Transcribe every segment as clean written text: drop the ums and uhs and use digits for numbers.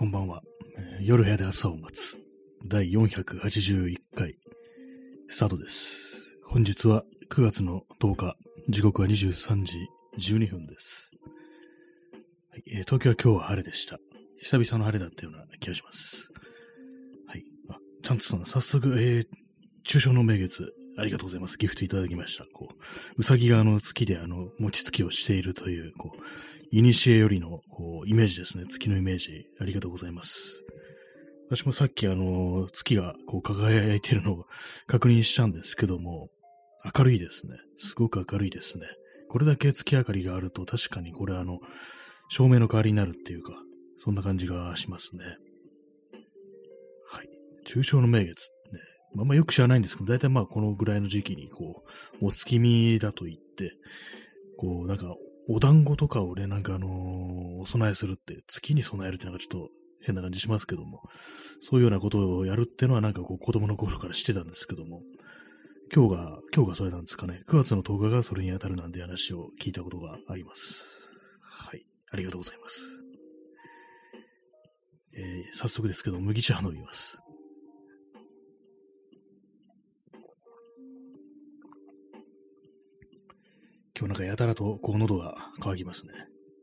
こんばんは。夜部屋で朝を待つ。第481回、スタートです。本日は9月の10日、時刻は23時12分です。はい、東京は今日は晴れでした。久々の晴れだったような気がします。はい。チャンツさん、早速、中秋の名月、ありがとうございます。ギフトいただきました。うさぎが月で餅つきをしているという、いにしえよりのイメージですね。月のイメージ。ありがとうございます。私もさっき月が輝いているのを確認したんですけども、明るいですね。すごく明るいですね。これだけ月明かりがあると確かにこれ照明の代わりになるっていうか、そんな感じがしますね。はい。中秋の名月ね。あんまよく知らないんですけど、だいたいこのぐらいの時期にお月見だと言って、なんかお団子とかをね、お供えするって、月に備えるってちょっと変な感じしますけども、そういうようなことをやるっていうのは子供の頃からしてたんですけども、今日がそれなんですかね。9月の10日がそれに当たるなんて話を聞いたことがあります。はい。ありがとうございます。早速ですけど、麦茶飲みます。今日やたらと喉が渇きますね。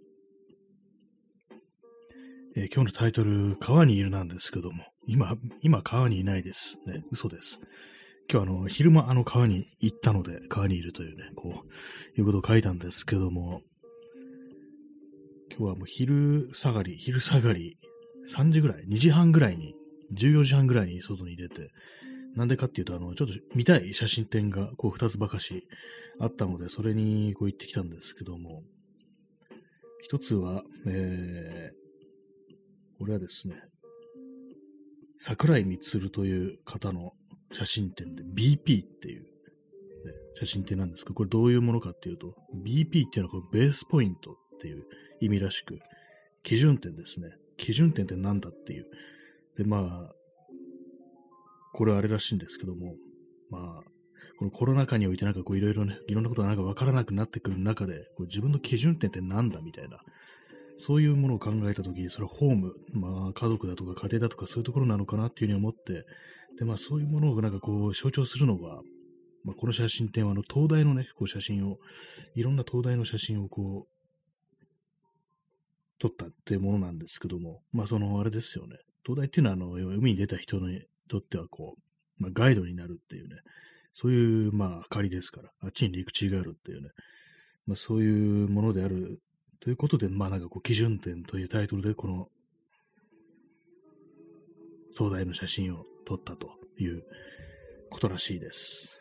今日のタイトル、川にいるなんですけども、今川にいないですね。嘘です。今日昼間川に行ったので、川にいるというね、いうことを書いたんですけども、今日はもう昼下がり、3時ぐらい、2時半ぐらいに、14時半ぐらいに外に出て、なんでかっていうと、ちょっと見たい写真展が2つばかしあったので、それに行ってきたんですけども、一つは、これはですね、桜井満という方の写真展で BP っていう、ね、写真展なんですけど、これどういうものかっていうと、BP っていうのはベースポイントっていう意味らしく、基準点ですね。基準点って何だっていう。で、これはあれらしいんですけども、このコロナ禍においていろいろね、いろんなことがわからなくなってくる中で、自分の基準点って何だみたいな、そういうものを考えたときに、それはホーム、家族だとか家庭だとかそういうところなのかなっていうふうに思って、で、そういうものを象徴するのが、この写真展は東大のね、写真を、いろんな東大の写真を撮ったっていうものなんですけども、あれですよね。東大っていうのは海に出た人にとってはガイドになるっていうね、そういう、仮ですから、あっちに陸地があるっていうね、そういうものであるということで、基準点というタイトルで、この、東大の写真を撮ったということらしいです。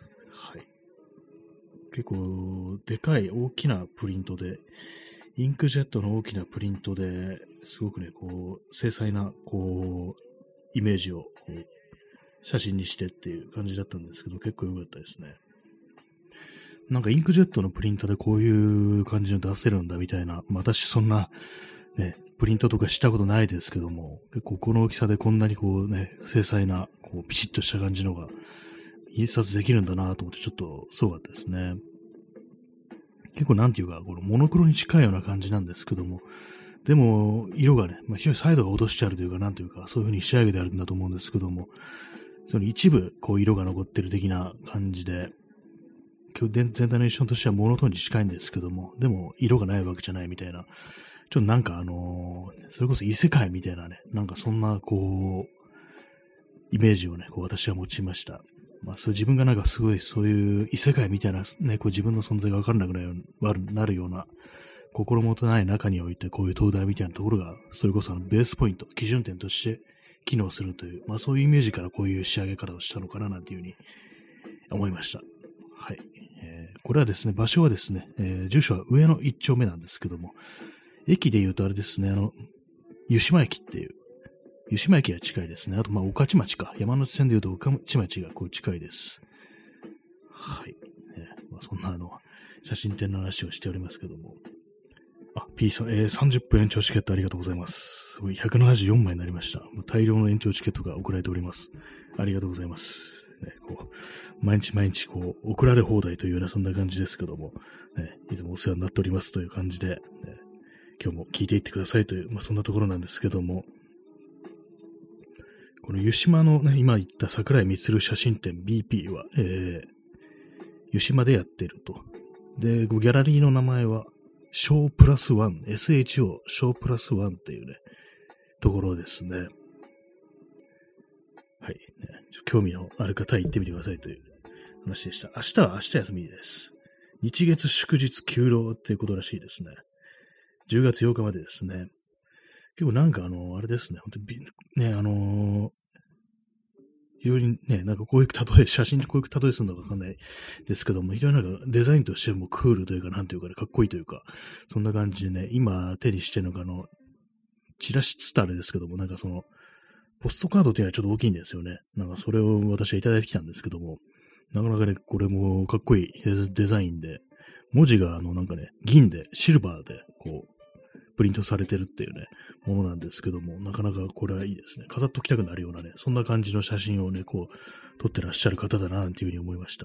はい。結構、でかい大きなプリントで、インクジェットの大きなプリントで、すごくね、精細な、イメージを、写真にしてっていう感じだったんですけど、結構良かったですね。インクジェットのプリントでこういう感じの出せるんだみたいな、私そんな、ね、プリントとかしたことないですけども、結構この大きさでこんなに精細な、ピチッとした感じのが、印刷できるんだなと思ってちょっとすごかったですね。結構なんていうか、このモノクロに近いような感じなんですけども、でも、色がね、非常にサイドが落としてあるというか、なんというか、そういう風に仕上げてあるんだと思うんですけども、その一部、色が残ってる的な感じで、今日全体の印象としてはモノトーンに近いんですけども、でも色がないわけじゃないみたいな、ちょっとそれこそ異世界みたいなね、そんなイメージをね、私は持ちました。そう自分がすごいそういう異世界みたいなね、自分の存在がわからなくなるような、心もとない中においてこういう東大みたいなところが、それこそベースポイント、基準点として機能するという、そういうイメージからこういう仕上げ方をしたのかななんていうふうに思いました。はい。これはですね、場所はですね、住所は上野1丁目なんですけども、駅で言うとあれですね、湯島駅っていう、湯島駅が近いですね。あと、御徒町か。山手線で言うと御徒町が近いです。はい。そんな写真展の話をしておりますけども。P さん、30分延長チケットありがとうございます。すごい、174枚になりました。大量の延長チケットが送られております。ありがとうございます。ね、毎日送られ放題というようなそんな感じですけども、ね、いつもお世話になっておりますという感じで、ね、今日も聞いていってくださいという、そんなところなんですけども、 この湯島のね、今言った桜井満写真展 BP は、湯島でやってると。で、ギャラリーの名前は、ショープラスワン、SHO、ショープラスワンっていうね、ところですね。はい。ね、興味のある方は行ってみてくださいという話でした。明日休みです。日月祝日休労っていうことらしいですね。10月8日までですね。結構なんかあれですね、本当にね、非常にね、なんかこういう例え、写真でこういう例えするのかわかんないですけども、非常になんかデザインとしてもクールというか、なんていうかね、かっこいいというか、そんな感じでね、今手にしてるのがチラシつったあれですけども、なんかポストカードっていうのはちょっと大きいんですよね。なんかそれを私はいただいてきたんですけども、なかなかね、これもかっこいいデザインで、文字がなんかね、銀で、シルバーで、こう、プリントされてるっていうね、ものなんですけども、なかなかこれはいいですね。飾っときたくなるようなね、そんな感じの写真をね、こう、撮ってらっしゃる方だな、なんていうふうに思いました。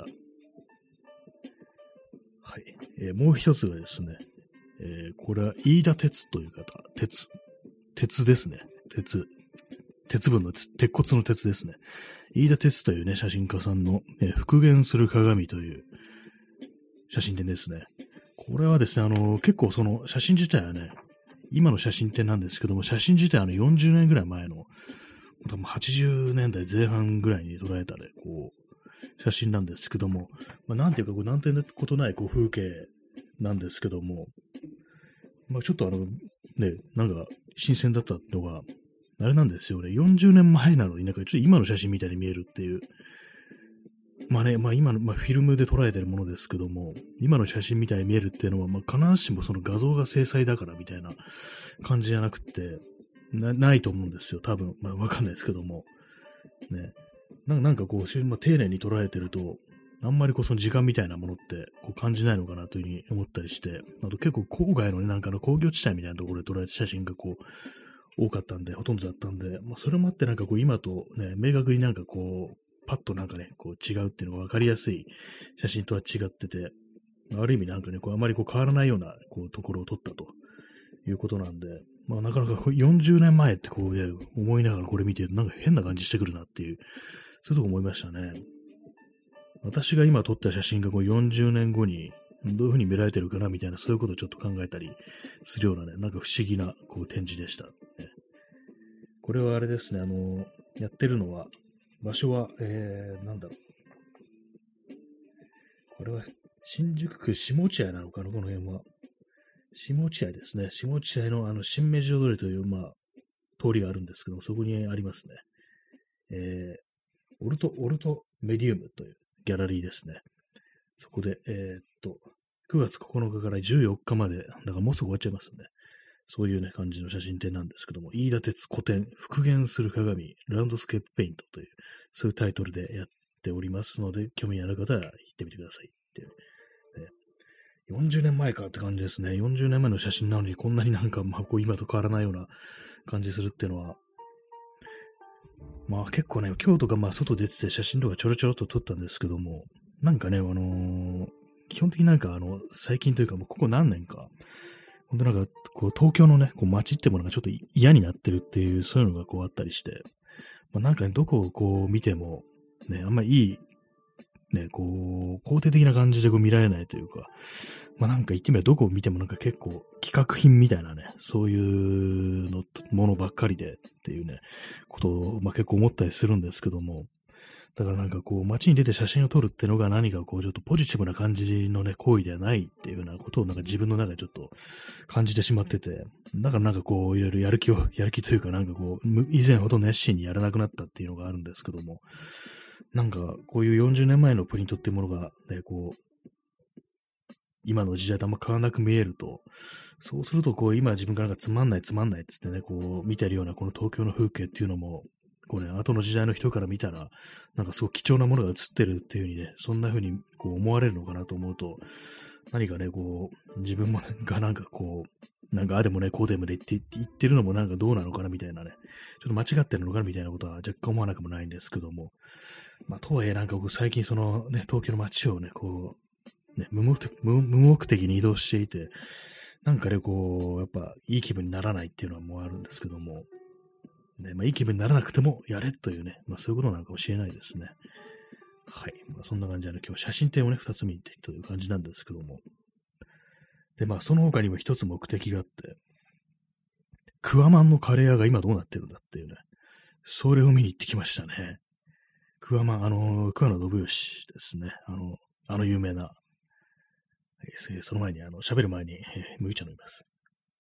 はい。もう一つがですね、これは飯田鉄という方、鉄ですね。鉄分の鉄骨の鉄ですね。飯田鉄というね、写真家さんの、復元する鏡という写真展ですね。これはですね、結構その写真自体はね、今の写真展なんですけども、写真自体40年ぐらい前の、多分80年代前半ぐらいに捉えたね、こう、写真なんですけども、まあ、なんていうか、こう、なんてことないこう風景なんですけども、まあ、ちょっとね、なんか、新鮮だったのが、あれなんですよね、40年前なのになんかちょっと今の写真みたいに見えるっていう、まあね、まあ今の、まあ、フィルムで捉えてるものですけども、今の写真みたいに見えるっていうのは、まあ必ずしもその画像が精細だからみたいな感じじゃなくて、ないと思うんですよ、多分。まあわかんないですけども。ね。なんかこう、まあ、丁寧に捉えてると、あんまりこうその時間みたいなものってこう感じないのかなというふうに思ったりして、あと結構郊外のね、なんか工業地帯みたいなところで捉えた写真がこう、多かったんで、ほとんどだったんで、まあそれもあってなんかこう今とね、明確になんかこう、パッとなんかね、こう違うっていうのが分かりやすい写真とは違ってて、ある意味なんかね、こうあまりこう変わらないようなこうところを撮ったということなんで、まあなかなかこう40年前ってこう、ね、思いながらこれ見て、なんか変な感じしてくるなっていう、そういうとこ思いましたね。私が今撮った写真がこう40年後にどういう風に見られてるかなみたいな、そういうことをちょっと考えたりするようなね、なんか不思議なこう展示でした、ね。これはあれですね、やってるのは、場所は、なんだろう。これは新宿区下落合なのかな、この辺は。下落合ですね。下落合の新明治通りという、まあ、通りがあるんですけども、そこにありますね。オルトメディウムというギャラリーですね。そこで、9月9日から14日まで、だからもうすぐ終わっちゃいますね。そういうね、感じの写真展なんですけども、飯田鉄古典、復元する鏡、ランドスケープペイントという、そういうタイトルでやっておりますので、興味ある方は行ってみてくださいっていう、ね。40年前かって感じですね。40年前の写真なのに、こんなになんか、まあ、こう今と変わらないような感じするっていうのは、まあ結構ね、今日とかまあ外出てて写真とかちょろちょろっと撮ったんですけども、なんかね、基本的になんか最近というかもうここ何年か、本当なんかこう東京のね、こう街ってものがちょっと嫌になってるっていう、そういうのがこうあったりして、まあ、なんかね、どこをこう見ても、ね、あんまりいい、ね、こう、肯定的な感じでこう見られないというか、まあなんか言ってみればどこを見てもなんか結構企画品みたいなね、そういうものばっかりでっていうね、ことを、まあ、結構思ったりするんですけども、だからなんかこう街に出て写真を撮るってのが何かこうちょっとポジティブな感じのね、行為ではないっていうようなことをなんか自分の中でちょっと感じてしまってて、だからなんかこういろいろやる気というかなんかこう、以前ほど熱心にやらなくなったっていうのがあるんですけども、なんかこういう40年前のプリントっていうものがね、こう、今の時代とあんま変わらなく見えると、そうすると、こう、今自分がなんかつまんないっつってね、こう、見てるようなこの東京の風景っていうのも、こうね、後の時代の人から見たら、なんかすごく貴重なものが映ってるっていう風にね、そんな風にこう思われるのかなと思うと、何かね、こう、自分もがなんかこう、なんかあでもね、こうでもね言ってるのもなんかどうなのかなみたいなね、ちょっと間違ってるのかなみたいなことは若干思わなくもないんですけども、まあ、とはいえなんか僕最近そのね、東京の街をね、こう、ね、無目的に移動していて、なんかね、こう、やっぱいい気分にならないっていうのはもうあるんですけども、 ね、まあ、いい気分にならなくてもやれというね、まあ、そういうことなのかもしれないですね。はい。まあ、そんな感じで、今日写真展をね、2つ見に行ってという感じなんですけども。で、まあ、その他にも一つ目的があって、クワマンのカレー屋が今どうなってるんだっていうね、それを見に行ってきましたね。クワマン、桑名信義ですね。有名な、その前に、喋る前に、麦茶飲みます。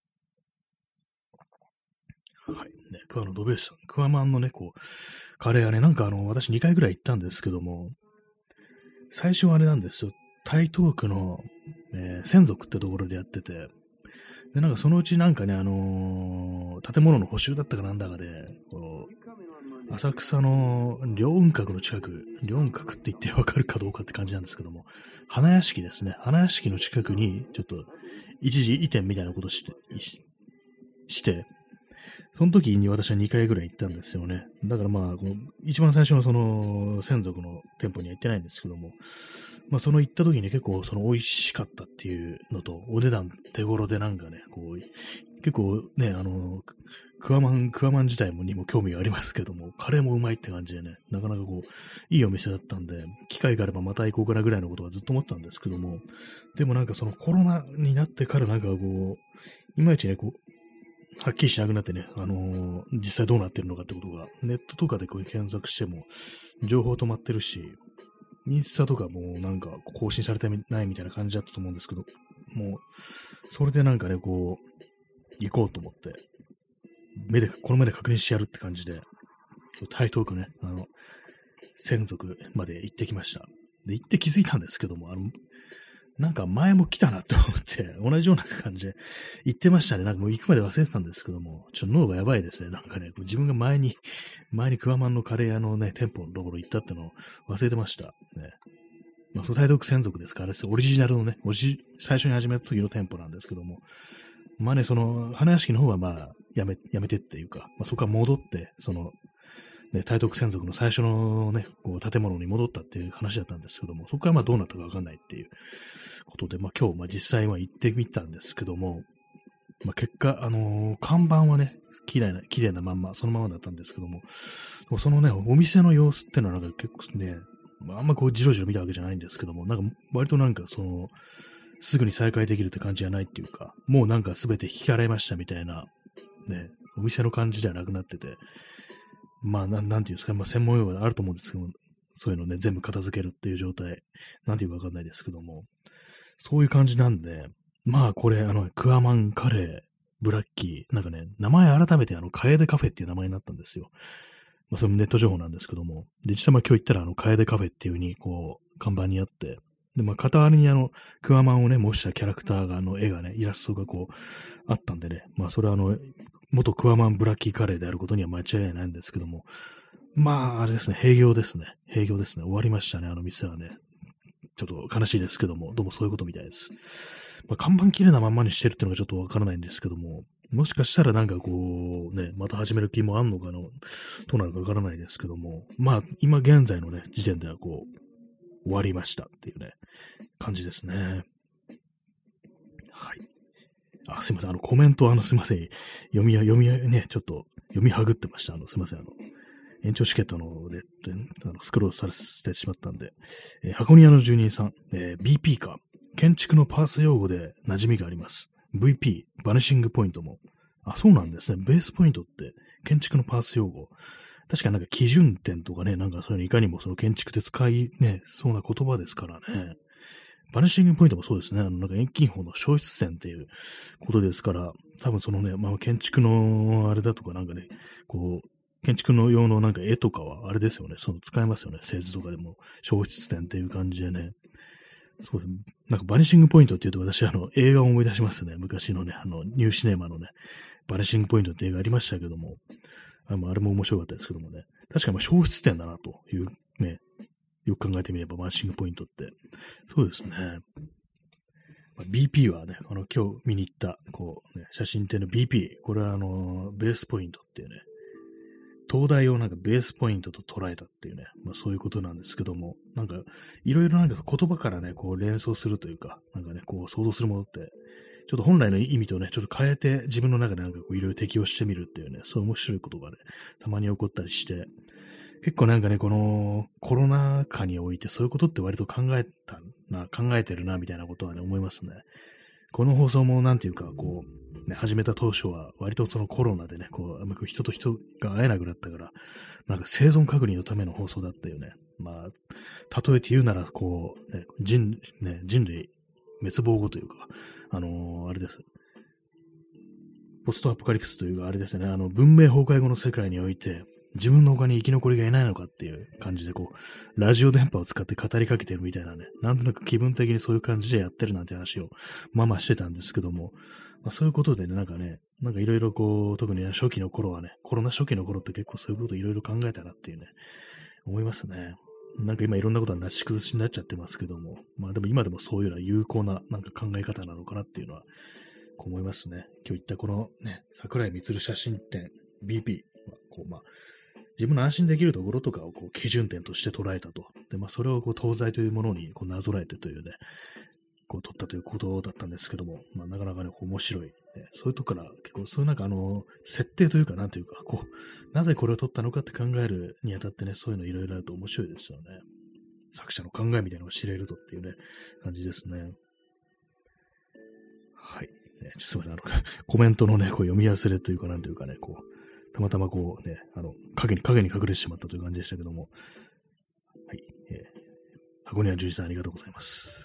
はい。ね、桑名信義さん。クワマンのね、こう、カレー屋ね、なんか私2回ぐらい行ったんですけども、最初はあれなんですよ。台東区の、専属ってところでやってて、で、なんかそのうちなんかね、建物の補修だったかなんだかで、こう、浅草の凌雲閣の近く、凌雲閣って言ってわかるかどうかって感じなんですけども、花屋敷ですね。花屋敷の近くに、ちょっと、一時移転みたいなことして、その時に私は2回ぐらい行ったんですよね。だからまあ、この一番最初のその、専属の店舗には行ってないんですけども、まあその行った時に結構その美味しかったっていうのと、お値段手頃でなんかね、こう、結構ね、クワマン自体にも興味がありますけども、カレーもうまいって感じでね、なかなかこう、いいお店だったんで、機会があればまた行こうかなぐらいのことはずっと思ったんですけども、でもなんかそのコロナになってからなんかこう、いまいちね、こう、はっきりしなくなってね、実際どうなってるのかってことが、ネットとかでこう検索しても、情報止まってるし、インスタとかもなんか更新されてないみたいな感じだったと思うんですけど、もう、それでなんかね、こう、行こうと思って、この目で確認してやるって感じで、台東区ね、専属まで行ってきました。で、行って気づいたんですけども、なんか前も来たなって思って、同じような感じで行ってましたね。なんかもう行くまで忘れてたんですけども、ちょっと脳がやばいですね。なんかね、自分が前にクワマンのカレー屋のね、店舗のところ行ったってのを忘れてました。ね。まあ、その台東区専属ですから、オリジナルのね、最初に始めた時の店舗なんですけども、まあね、その、花屋敷の方はまあ、やめてっていうか、まあ、そこから戻って、その、ね、台東区専属の最初のね、こう建物に戻ったっていう話だったんですけども、そこからまあどうなったかわかんないっていうことで、まあ今日、まあ実際は行ってみたんですけども、まあ結果、看板はね、綺麗なまんま、そのままだったんですけども、そのね、お店の様子ってのはなんか結構ね、まあ、あんまこうじろじろ見たわけじゃないんですけども、なんか割となんかその、すぐに再開できるって感じじゃないっていうか、もうなんか全て引き払いましたみたいな、ね、お店の感じではなくなってて、まあ、なんていうんですか、まあ、専門用語があると思うんですけども、そういうのね、全部片付けるっていう状態、なんていうかわかんないですけども、そういう感じなんで、まあ、これ、クワマンカレー、ブラッキー、なんかね、名前改めて、カエデカフェっていう名前になったんですよ。まあ、それもネット情報なんですけども、で、実際まあ今日行ったら、カエデカフェっていう風に、こう、看板にあって、で、まあ、片割にクワマンをね、模したキャラクターが、絵がね、イラストがこう、あったんでね、まあ、それは元クワマンブラッキーカレーであることには間違いないんですけども、まあ、あれですね、閉業ですね。閉業ですね。終わりましたね、あの店はね。ちょっと悲しいですけども、どうもそういうことみたいです。まあ、看板綺麗なまんまにしてるっていうのがちょっとわからないんですけども、もしかしたらなんかこう、ね、また始める気もあんのかの、どうなるかわからないですけども、まあ、今現在のね、時点ではこう、終わりましたっていうね、感じですね。はい。あ、すいません。コメントすいません。ね、ちょっと読みはぐってました。すいません。延長チケットで、スクロールさせてしまったんで、箱庭の住人さん、BP か。建築のパース用語で馴染みがあります。VP、バニシングポイントも。あ、そうなんですね。ベースポイントって建築のパース用語。確かなんか基準点とかね、なんかそういうのいかにもその建築で使いね、そうな言葉ですからね。バニシングポイントもそうですね。なんか遠近法の消失点っていうことですから、多分そのね、まあ建築のあれだとかなんかね、こう、建築の用のなんか絵とかはあれですよね。その使えますよね。製図とかでも消失点っていう感じでね。そうですね。なんかバニシングポイントって言うと私映画を思い出しますね。昔のね、ニューシネマのね、バニシングポイントって映画ありましたけども、あれも面白かったですけどもね。確かに消失点だなというね、よく考えてみればバニシングポイントって。そうですね。BP はね、今日見に行った、こう、ね、写真展の BP、これはベースポイントっていうね、東大をなんかベースポイントと捉えたっていうね、まあそういうことなんですけども、なんか、いろいろなんか言葉からね、こう連想するというか、なんかね、こう想像するものってちょっと本来の意味とね、ちょっと変えて自分の中でなんかこういろいろ適応してみるっていうね、そういう面白いことがね、たまに起こったりして、結構なんかね、このコロナ禍においてそういうことって割と考えてるな、みたいなことはね、思いますね。この放送もなんていうか、こう、ね、始めた当初は割とそのコロナでね、こう、あんまり人と人が会えなくなったから、なんか生存確認のための放送だったよね。まあ、例えて言うなら、こう、人類滅亡後というか、あれです。ポストアポカリプスというか、あれですね、文明崩壊後の世界において、自分の他に生き残りがいないのかっていう感じで、こう、ラジオ電波を使って語りかけてるみたいなね、なんとなく気分的にそういう感じでやってるなんて話を、まあまあしてたんですけども、まあそういうことでね、なんかいろいろこう、特にね、初期の頃はね、コロナ初期の頃って結構そういうこといろいろ考えたなっていうね、思いますね。なんか今いろんなことはなし崩しになっちゃってますけども、まあでも今でもそういうような有効ななんか考え方なのかなっていうのは、こう思いますね。今日言ったこのね、桜井充写真展 BP は、こうまあ、自分の安心できるところとかをこう基準点として捉えたと。で、まあ、それをこう東西というものにこうなぞらえてというね、こう取ったということだったんですけども、まあ、なかなかね、こう面白い、ね。そういうとこから結構、そういうなんか設定というか、なんというか、こう、なぜこれを取ったのかって考えるにあたってね、そういうのいろいろあると面白いですよね。作者の考えみたいなのを知れるとっていうね、感じですね。はい。すいません、コメントのね、こう読み忘れというか、なんというかね、こう、たまたまこうね、影に隠れてしまったという感じでしたけども、はい。箱庭純次さんありがとうございます。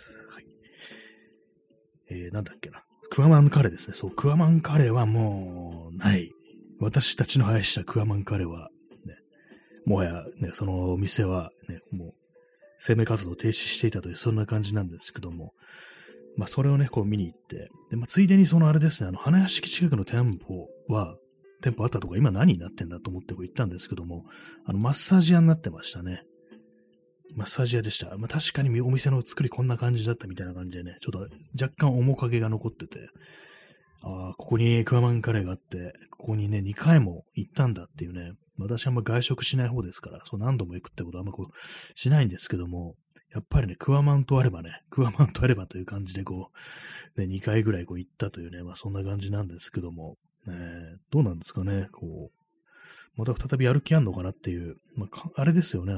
はい。なんだっけな。クワマンカレーですね。そう、クワマンカレーはもう、ない。私たちの愛したクワマンカレーは、ね、もはや、ね、そのお店は、ね、もう、生命活動を停止していたという、そんな感じなんですけども、まあ、それをね、こう見に行って、で、まあ、ついでにそのあれですね、花屋敷近くの店舗あったとか、今何になってんだと思ってこう行ったんですけども、マッサージ屋になってましたね。マッサージ屋でした。まあ、確かにお店の作りこんな感じだったみたいな感じでね、ちょっと若干面影が残ってて、ああ、ここにクワマンカレーがあって、ここにね、2回も行ったんだっていうね、私あんま外食しない方ですから、そう何度も行くってことはあんまこう、しないんですけども、やっぱりね、クワマンとあればという感じでこう、ね、2回ぐらいこう行ったというね、まあそんな感じなんですけども、どうなんですかね、こう、また再びやる気あんのかなっていう、まあ、あれですよね、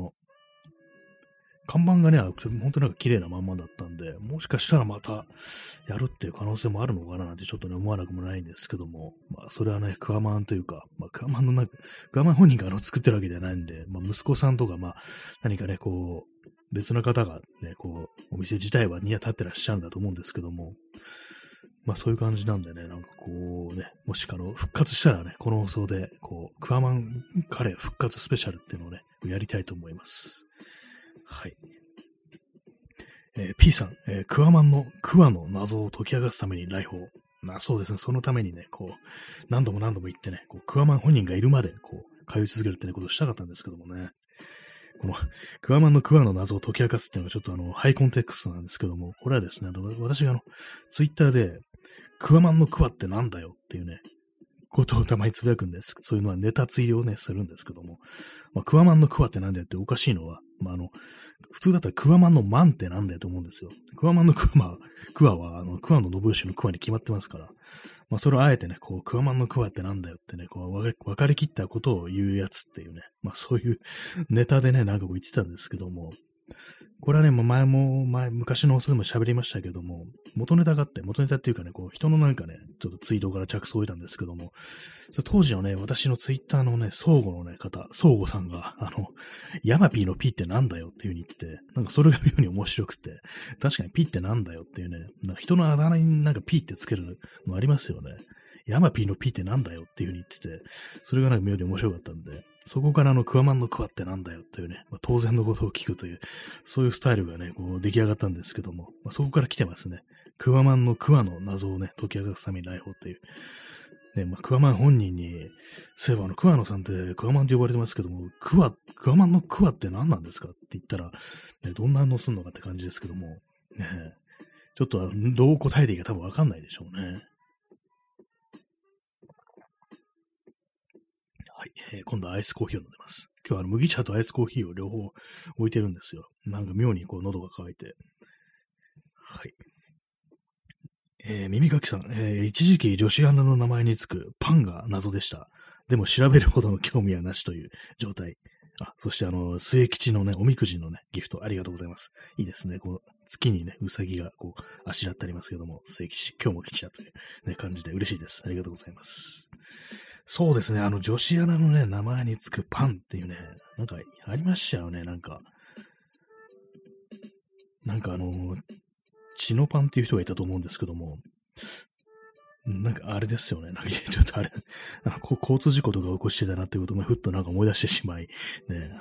看板がね、本当になんか綺麗なまんまだったんで、もしかしたらまたやるっていう可能性もあるのかななんてちょっとね、思わなくもないんですけども、まあ、それはね、クワマンというか、まあ、クワマンのクワマン本人が作ってるわけではないんで、まあ、息子さんとか、まあ、何かね、こう、別の方がね、こう、お店自体は立ってらっしゃるんだと思うんですけども、まあそういう感じなんでね、なんかこうね、もし復活したらね、この放送で、こう、クワマンカレー復活スペシャルっていうのをね、やりたいと思います。はい。P さん、クワマンのクワの謎を解き明かすために来訪。まあそうですね、そのためにね、こう、何度も言ってね、こうクワマン本人がいるまで、こう、通い続けるってね、ことをしたかったんですけどもね。この、クワマンのクワの謎を解き明かすっていうのはちょっとハイコンテクストなんですけども、これはですね、私がツイッターで、クワマンのクワってなんだよっていうね、ことをたまにつぶやくんです。そういうのはネタついをね、するんですけども、まあ、クワマンのクワってなんだよっておかしいのは、まあ、普通だったらクワマンのマンってなんだよと思うんですよ。クワマンのクワ、まあ、クワは、クワの信義のクワに決まってますから、まあ、それをあえてね、こう、クワマンのクワってなんだよってね、こう、分かりきったことを言うやつっていうね、まあ、そういうネタでね、なんかこう言ってたんですけども、これはね、昔の放送でも喋りましたけども、元ネタっていうかね、こう、人のなんかね、ちょっとツイートから着想を得たんですけども、当時のね、私のツイッターのね、相互のね、相互さんが、ヤマピーのピーってなんだよっていう風に言ってて、なんかそれが妙に面白くて、確かにピーってなんだよっていうね、なんか人のあだ名になんかピーってつけるのありますよね。ヤマピーのピーってなんだよっていう風に言ってて、それがなんか妙に面白かったんで、そこからクワマンのクワってなんだよというね、まあ、当然のことを聞くという、そういうスタイルがね、こう出来上がったんですけども、まあ、そこから来てますね。クワマンのクワの謎をね、解き明かすために来訪っていう。ね、まあ、クワマン本人に、そういえばクワノさんってクワマンって呼ばれてますけども、クワマンのクワって何なんですかって言ったら、ね、どんな反応すんのかって感じですけども、ね、ちょっとどう答えていいか多分わかんないでしょうね。はい、今度はアイスコーヒーを飲んでます。今日は麦茶とアイスコーヒーを両方置いてるんですよ。なんか妙にこう喉が渇いて。はい。 耳かきさん、一時期女子アナの名前につくパンが謎でした。でも調べるほどの興味はなしという状態。あ、そして末吉のね、おみくじのね、ギフトありがとうございます。いいですね。こう、月にね、うさぎがこう、あしらってありますけども、末吉、今日も吉だという、ね、感じで嬉しいです。ありがとうございます。そうですね、女子アナのね、名前につくパンっていうね、なんか、ありましたよね、チノパンっていう人がいたと思うんですけども、なんかあれですよね。なんかちょっとあれ、交通事故とか起こしてたなっていうことをふっとなんか思い出してしまい、ね、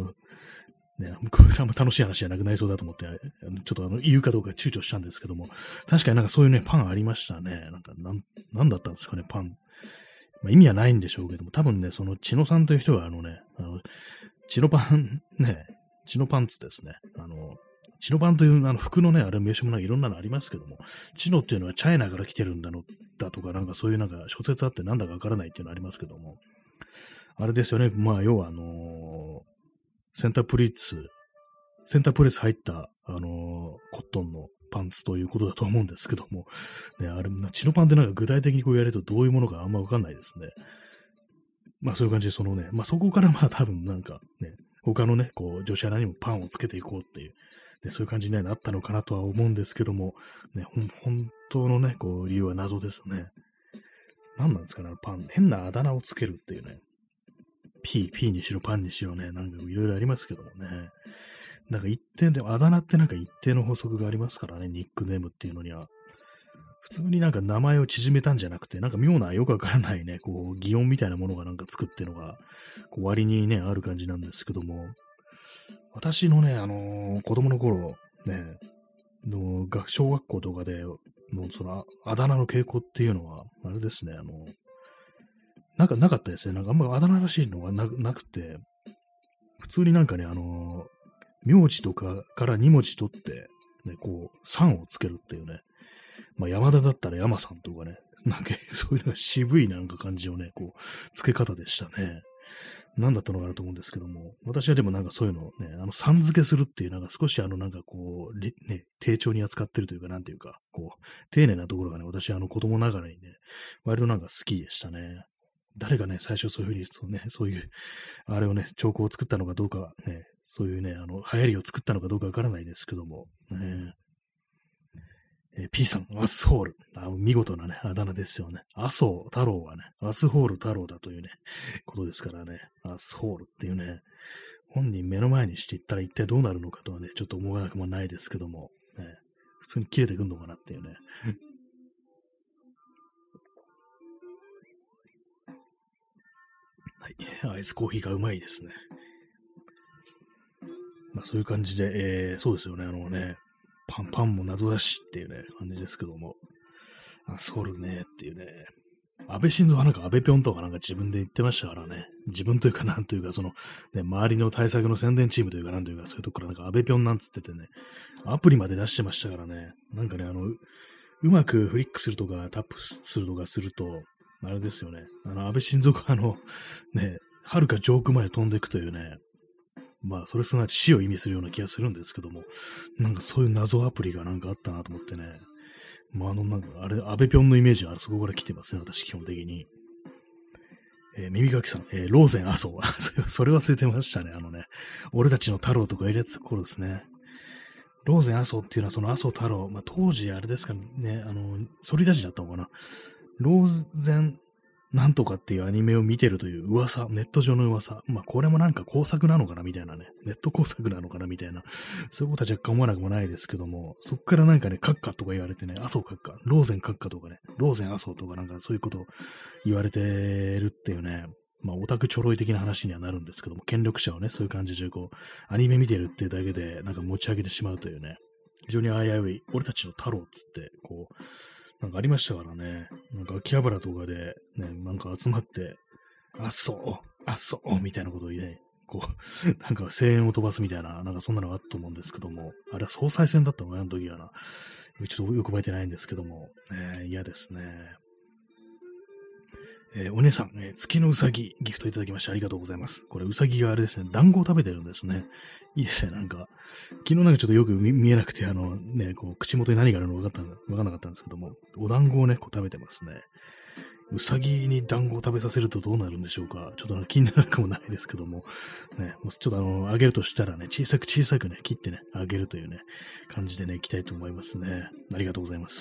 あんま楽しい話じゃなくなりそうだと思って、ちょっと言うかどうか躊躇したんですけども、確かになんかそういうね、パンありましたね。なんだったんですかね、パン。まあ、意味はないんでしょうけども、多分ね、そのチノさんという人はチノパン、ね、チノパンツですね。チノパンという服のね、あれ名称もいろんなのありますけども、チノっていうのはチャイナから来てるんだとか、なんかそういうなんか諸説あってなんだかわからないっていうのありますけども、あれですよね、まあ要はセンタープレス入った、コットンのパンツということだと思うんですけども、ね、あれ、チノパンってなんか具体的にこうやるとどういうものかあんまわかんないですね。まあそういう感じで、まあそこからまあ多分なんかね、他のね、こう女子アナにもパンをつけていこうっていう、ね、そういう感じになったのかなとは思うんですけども、ね、本当のね、こう理由は謎ですね。何なんですかね、パン、変なあだ名をつけるっていうね。P にしろパンにしろね、なんかいろいろありますけどもね。なんか一定で、あだ名ってなんか一定の法則がありますからね、ニックネームっていうのには。普通になんか名前を縮めたんじゃなくて、なんか妙なよくわからないね、こう、擬音みたいなものがなんかつくっていうのが、こう割にね、ある感じなんですけども、私のね、子供の頃、ね、小学校とかでその、あだ名の傾向っていうのは、あれですね、なんかなかったですね。なんかあんまあだ名らしいのがなくて、普通になんかね、名字とかから2文字取って、ね、こう、さんをつけるっていうね。まあ、山田だったら山さんとかね、なんかそういうのが渋いなんか感じをね、こう、付け方でしたね。何だったのかなと思うんですけども、私はでもなんかそういうのをね、さん付けするっていう、なんか少しなんかこう、ね、丁重に扱ってるというか、なんていうか、こう、丁寧なところがね、私は子供ながらにね、割となんか好きでしたね。誰がね、最初そういうふうに、そういう、あれをね、兆候を作ったのかどうか、ね、そういうね、流行りを作ったのかどうかわからないですけども、P さん、アスホール。見事なね、あだ名ですよね。麻生太郎はね、アスホール太郎だというね、ことですからね、アスホールっていうね、本人目の前にしていったら一体どうなるのかとはね、ちょっと思わなくもないですけども、ね、普通に切れてくんのかなっていうね。はい、アイスコーヒーがうまいですね。まあそういう感じで、そうですよね、パンも謎だしっていうね、感じですけども。ソウルねっていうね。安倍晋三はなんか安倍ぴょんとかなんか自分で言ってましたからね。自分というかなんというか、ね、周りの対策の宣伝チームというかなんというか、そういうとこからなんか安倍ぴょんなんつっててね、アプリまで出してましたからね。なんかね、うまくフリックするとかタップするとかすると、あれですよね。安倍晋三がね、遥か上空まで飛んでいくというね、まあ、それすなわち死を意味するような気がするんですけども、なんかそういう謎アプリがなんかあったなと思ってね。まあ、なんか、あれ、安倍ぴょんのイメージはそこから来てますね、私、基本的に。耳かきさん、ローゼン麻生。それ忘れてましたね、俺たちの太郎とか入れたところですね。ローゼン麻生っていうのは、その麻生太郎、まあ、当時、あれですかね、総理大臣だったのかな。ローゼンなんとかっていうアニメを見てるという噂、ネット上の噂。まあ、これもなんか工作なのかなみたいなね。ネット工作なのかなみたいな。そういうことは若干思わなくもないですけども、そっからなんかね、閣下とか言われてね、麻生閣下、ローゼン閣下とかね、ローゼン麻生とかなんかそういうこと言われてるっていうね、まあ、オタクちょろい的な話にはなるんですけども、権力者をね、そういう感じでこう、アニメ見てるっていうだけで、なんか持ち上げてしまうというね、非常に危うい、俺たちの太郎っつって、こう、なんかありましたからね。なんか秋葉原とかで、ね、なんか集まって、みたいなことをね、こう、なんか声援を飛ばすみたいな、なんかそんなのがあったと思うんですけども、あれは総裁選だったのかな、あの時はな。ちょっとよく覚えてないんですけども、嫌ですね。 お姉さん、月のうさぎ、ギフトいただきましてありがとうございます。これ、うさぎがあれですね、団子を食べてるんですね。いいですね、なんか。昨日なんかちょっとよく見えなくて、こう、口元に何があるのか分かんなかったんですけども、お団子をね、こう食べてますね。うさぎに団子を食べさせるとどうなるんでしょうか。ちょっと気になるかもないですけども、ね、もうちょっとあげるとしたらね、小さくね、切ってね、あげるというね、感じでね、いきたいと思いますね。ありがとうございます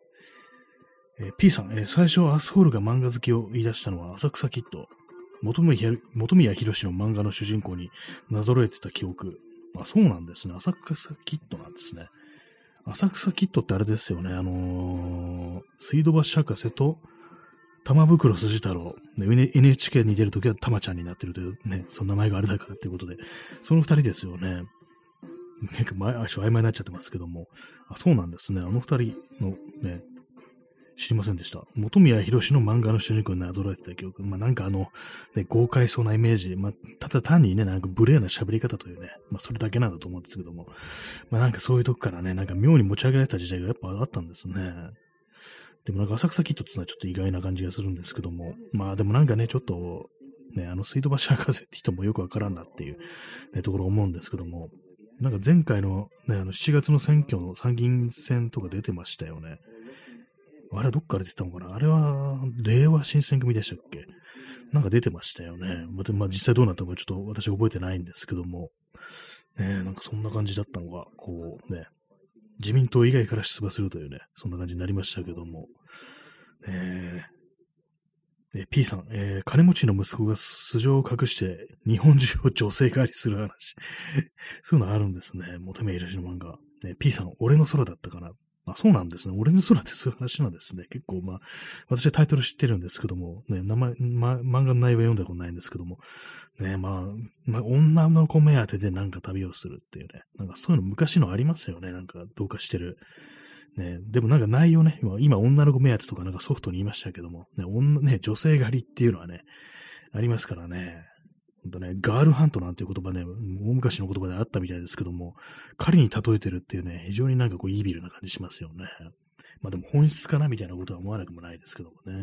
。P さん、最初アスホールが漫画好きを言い出したのは浅草キッド。本宮宏の漫画の主人公になぞらえてた記憶。あ、そうなんですね。浅草キッドなんですね。浅草キッドってあれですよね。水道橋博士と玉袋筋太郎。NHK に出るときは玉ちゃんになってるというね、その名前があれだからっていうことで、その二人ですよね。なんか曖昧になっちゃってますけども。あ、そうなんですね。あの二人のね、知りませんでした。本宮宏の漫画の主人公になぞらえてた記憶。まあなんかね、豪快そうなイメージ。まあ、ただ単にね、なんか無礼な喋り方というね、まあそれだけなんだと思うんですけども。まあなんかそういうとこからね、なんか妙に持ち上げられた時代がやっぱあったんですね。でもなんか浅草キッドってのはちょっと意外な感じがするんですけども。まあでもなんかね、ちょっと、ね、水道橋博士って人もよくわからんなっていう、ね、ところ思うんですけども。なんか前回のね、7月の選挙の参議院選とか出てましたよね。あれはどっから出てたのかな。あれは、令和新選組でしたっけ。なんか出てましたよね。まあ、実際どうなったのかちょっと私覚えてないんですけども。ね、なんかそんな感じだったのが、こうね、自民党以外から出馬するというね、そんな感じになりましたけども。P さん、金持ちの息子が素性を隠して日本中を女性狩りする話。そういうのあるんですね。本宮宏の漫画。P さん、俺の空だったかな。あ、そうなんですね。俺の空ってそういう話なんですね。結構、まあ、私はタイトル知ってるんですけども、ね、漫画の内容は読んだことないんですけども、ね、まあ、女の子目当てでなんか旅をするっていうね、なんかそういうの昔のありますよね。なんかどうかしてる。ね、でもなんか内容ね、今女の子目当てとかなんかソフトに言いましたけども、ね、女性狩りっていうのはね、ありますからね。ほんとね、ガールハントなんていう言葉ね、大昔の言葉であったみたいですけども、狩りに例えてるっていうね、非常になんかこうイービルな感じしますよね。まあでも本質かなみたいなことは思わなくもないですけどもね。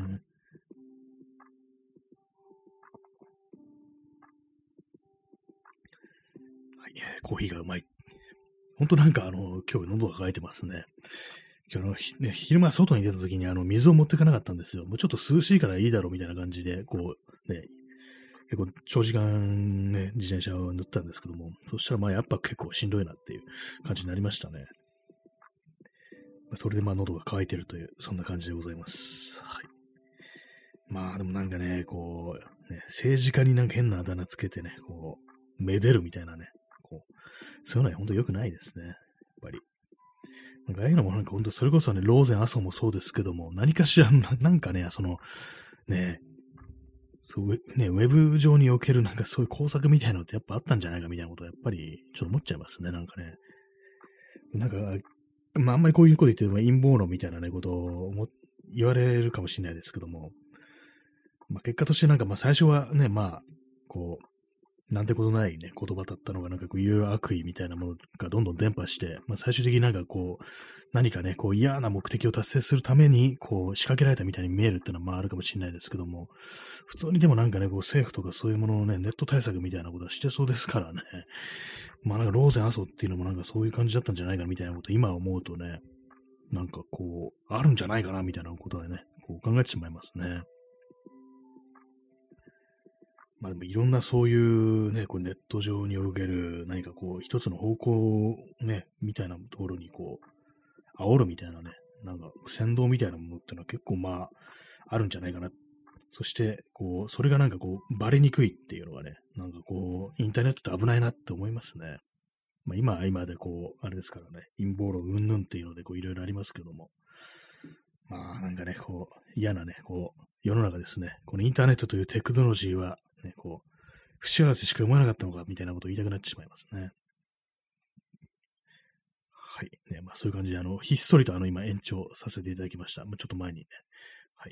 はい、コーヒーがうまい。ほんとなんか今日喉が渇いてますね。今日ね、昼間外に出た時に水を持っていかなかったんですよ。もうちょっと涼しいからいいだろうみたいな感じで、こう、ね、結構長時間ね、自転車を塗ったんですけども、そしたらまあやっぱ結構しんどいなっていう感じになりましたね。それでまあ喉が渇いてるという、そんな感じでございます。はい。まあでもなんかね、こう、ね、政治家になんか変なあだ名つけてね、こう、めでるみたいなね、こう、そういうのは本当良くないですね。やっぱり。なんかああいうのもなんか本当それこそね、ローゼン、アソもそうですけども、何かしらなんかね、ね、そうね、ウェブ上におけるなんかそういう工作みたいなのってやっぱあったんじゃないかみたいなことはやっぱりちょっと思っちゃいますね、なんかね。なんか、まああんまりこういうこと言っても陰謀論みたいなね、ことを言われるかもしれないですけども、まあ結果としてなんかまあ最初はね、まあ、こう、なんてことないね、言葉だったのが、なんかこう、いろいろ悪意みたいなものがどんどん伝播して、まあ最終的になんかこう、何かね、こう嫌な目的を達成するために、こう仕掛けられたみたいに見えるっていうのはまああるかもしれないですけども、普通にでもなんかね、こう政府とかそういうもののね、ネット対策みたいなことはしてそうですからね、まあなんかローゼン・アソっていうのもなんかそういう感じだったんじゃないかみたいなこと今思うとね、なんかこう、あるんじゃないかなみたいなことはね、こう考えてしまいますね。まあでもいろんなそういうね、こうネット上における何かこう一つの方向ね、みたいなところにこう、煽るみたいなね、なんか先導みたいなものっていうのは結構まあ、あるんじゃないかな。そして、こう、それがなんかこう、バレにくいっていうのがね、なんかこう、インターネットって危ないなって思いますね。まあ今は今でこう、あれですからね、陰謀論うんぬんっていうのでこういろいろありますけども、まあなんかね、こう、嫌なね、こう、世の中ですね、このインターネットというテクノロジーは、ね、こう、不幸せしか生まなかったのか、みたいなことを言いたくなってしまいますね。はい。ね、まあそういう感じで、ひっそりと今延長させていただきました。まあ、ちょっと前にね。はい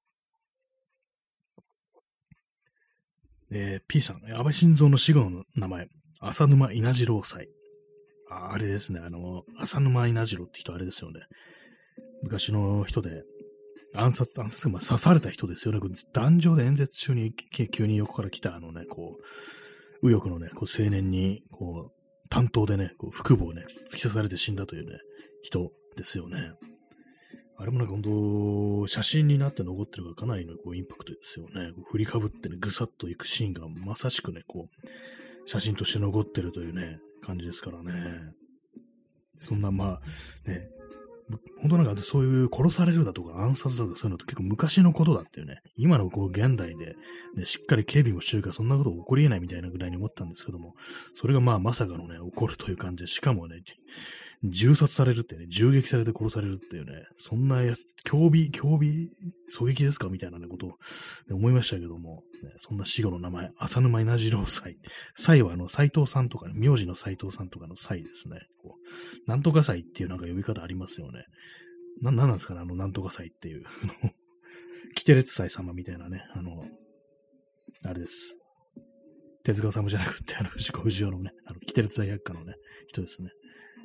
。P さん、安倍晋三の死後の名前、浅沼稲次郎祭。あれですね、浅沼稲次郎って人あれですよね。昔の人で、 暗殺、まあ、刺された人ですよね。壇上で演説中に急に横から来た右翼のね、青年に、担当でね、腹部をね、突き刺されて死んだというね、人ですよね。あれもなんか本当、写真になって残ってるからかなりのインパクトですよね。振りかぶってね、ぐさっといくシーンがまさしくね、写真として残ってるというね、感じですからね。そんな、まあ、ね、本当なんかそういう殺されるだとか暗殺だとかそういうのって結構昔のことだっていうね、今の現代で、ね、しっかり警備もしてるからそんなこと起こり得ないみたいなぐらいに思ったんですけども、それがまあまさかのね、起こるという感じで、しかもね、銃殺されるってね、銃撃されて殺されるっていうね、そんなやつ、凶弾、狙撃ですかみたいなね、ことを、ね、思いましたけども、ね、そんな死後の名前、浅沼稲次郎祭。祭は斎藤さんとかね、名字の斎藤さんとかの祭ですね。なんとか祭っていうなんか呼び方ありますよね。なんなんですかね、なんとか祭っていう。キテレツ祭様みたいなね、あれです。手塚治虫じゃなくて、藤子不二雄のね、キテレツ大百科のね、人ですね。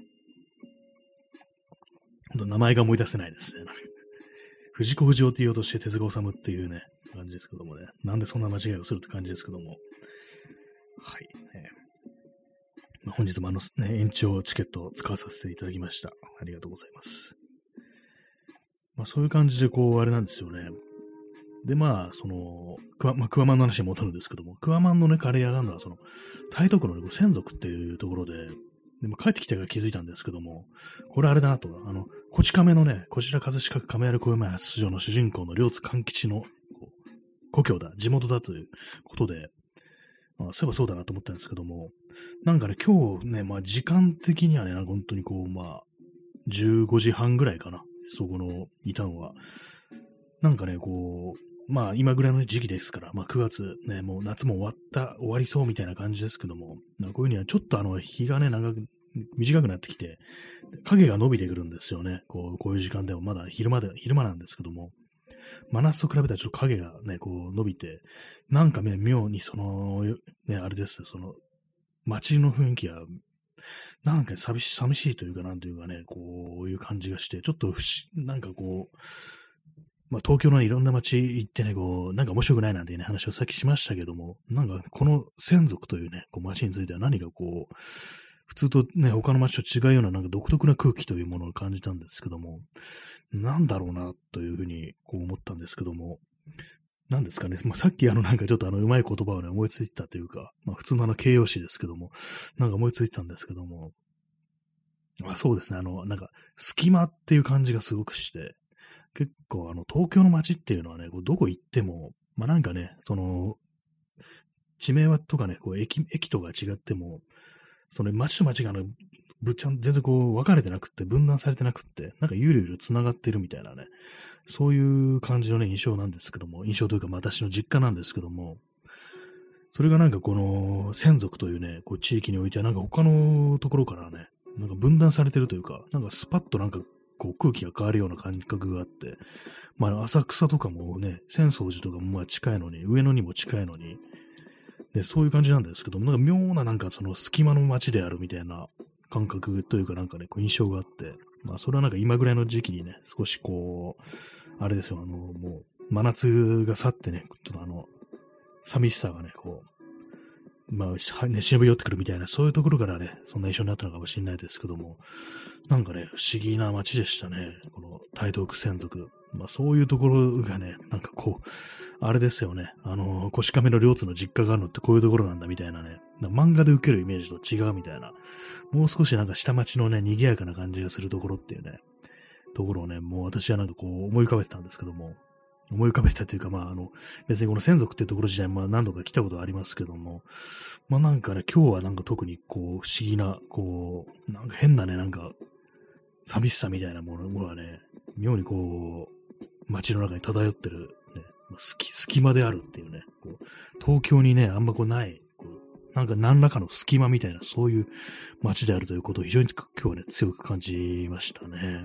名前が思い出せないですね。藤子不二雄って言おうとして手塚治虫っていうね、感じですけどもね。なんでそんな間違いをするって感じですけども。はい。本日も延長チケットを使わさせていただきました。ありがとうございます。まあそういう感じであれなんですよね。で、まあ、クワマンの話に戻るんですけども、クワマンのね、カレー屋があるのは、台東区の、ね、専属っていうところで、でも帰ってきてから気づいたんですけども、これあれだなと、こち亀のね、こちら葛飾区亀有小山発出場の主人公の両津勘吉の故郷だ、地元だということで、まあ、そういえばそうだなと思ったんですけども、なんかね、今日ね、まあ時間的にはね、なんか本当にまあ、15時半ぐらいかな、そこの、いたのは。なんかね、まあ今ぐらいの時期ですから、まあ9月ね、もう夏も終わりそうみたいな感じですけども、こういうふうにはちょっと日がね、短くなってきて、影が伸びてくるんですよね。こういう時間でもまだ昼間なんですけども、真夏と比べたらちょっと影がね、伸びて、なんかね、妙にね、あれです、街の雰囲気が、なんか寂しいというか、なんというかね、こういう感じがして、ちょっとなんかまあ、東京のいろんな街行ってね、なんか面白くないなんていうね、話をさっきしましたけども、なんかこの専属というね、街については何か普通とね、他の街と違うようななんか独特な空気というものを感じたんですけども、なんだろうなというふうに思ったんですけども、なんですかね、まあ、さっきなんかちょっとうまい言葉をね、思いついたというか、まあ普通の形容詞ですけども、なんか思いついたんですけども、そうですね、なんか隙間っていう感じがすごくして、結構東京の街っていうのはね、どこ行っても、まあなんかね、地名はとかね、駅とか違っても、街と街が全然分かれてなくって、分断されてなくって、なんかゆるゆる繋がってるみたいなね、そういう感じのね、印象なんですけども、印象というか私の実家なんですけども、それがなんか専属というね、地域においてはなんか他のところからね、なんか分断されてるというか、なんかスパッとなんか空気が変わるような感覚があって、まあ、浅草とかもね、浅草寺とかもまあ近いのに、上野にも近いのに、で、そういう感じなんですけども、なんか妙ななんか隙間の街であるみたいな感覚というかなんかね、印象があって、まあそれはなんか今ぐらいの時期にね、少しあれですよ、もう真夏が去ってね、ちょっと寂しさがね、まあ、ね、忍び寄ってくるみたいな、そういうところからね、そんな印象になったのかもしれないですけども、なんかね、不思議な街でしたね。この台東区専属。まあそういうところがね、なんかあれですよね。こし亀の両津の実家があるのってこういうところなんだみたいなね。漫画で受けるイメージと違うみたいな。もう少しなんか下町のね、賑やかな感じがするところっていうね、ところをね、もう私はなんか思い浮かべてたんですけども、思い浮かべてたというか、まあ別にこの専属っていうところ自体、まあ何度か来たことはありますけども、まあなんかね、今日はなんか特に不思議な、なんか変なね、なんか、寂しさみたいなものがね、妙に街の中に漂ってる、ね、隙間であるっていうね、東京にね、あんまない、なんか何らかの隙間みたいな、そういう街であるということを非常に今日はね、強く感じましたね。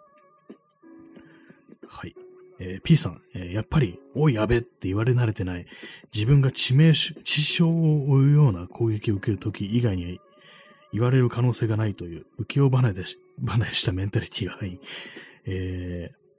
はい。P さん、やっぱり、おいやべって言われ慣れてない、自分が致傷を負うような攻撃を受けるとき以外に言われる可能性がないという浮世離れしたメンタリティがいい。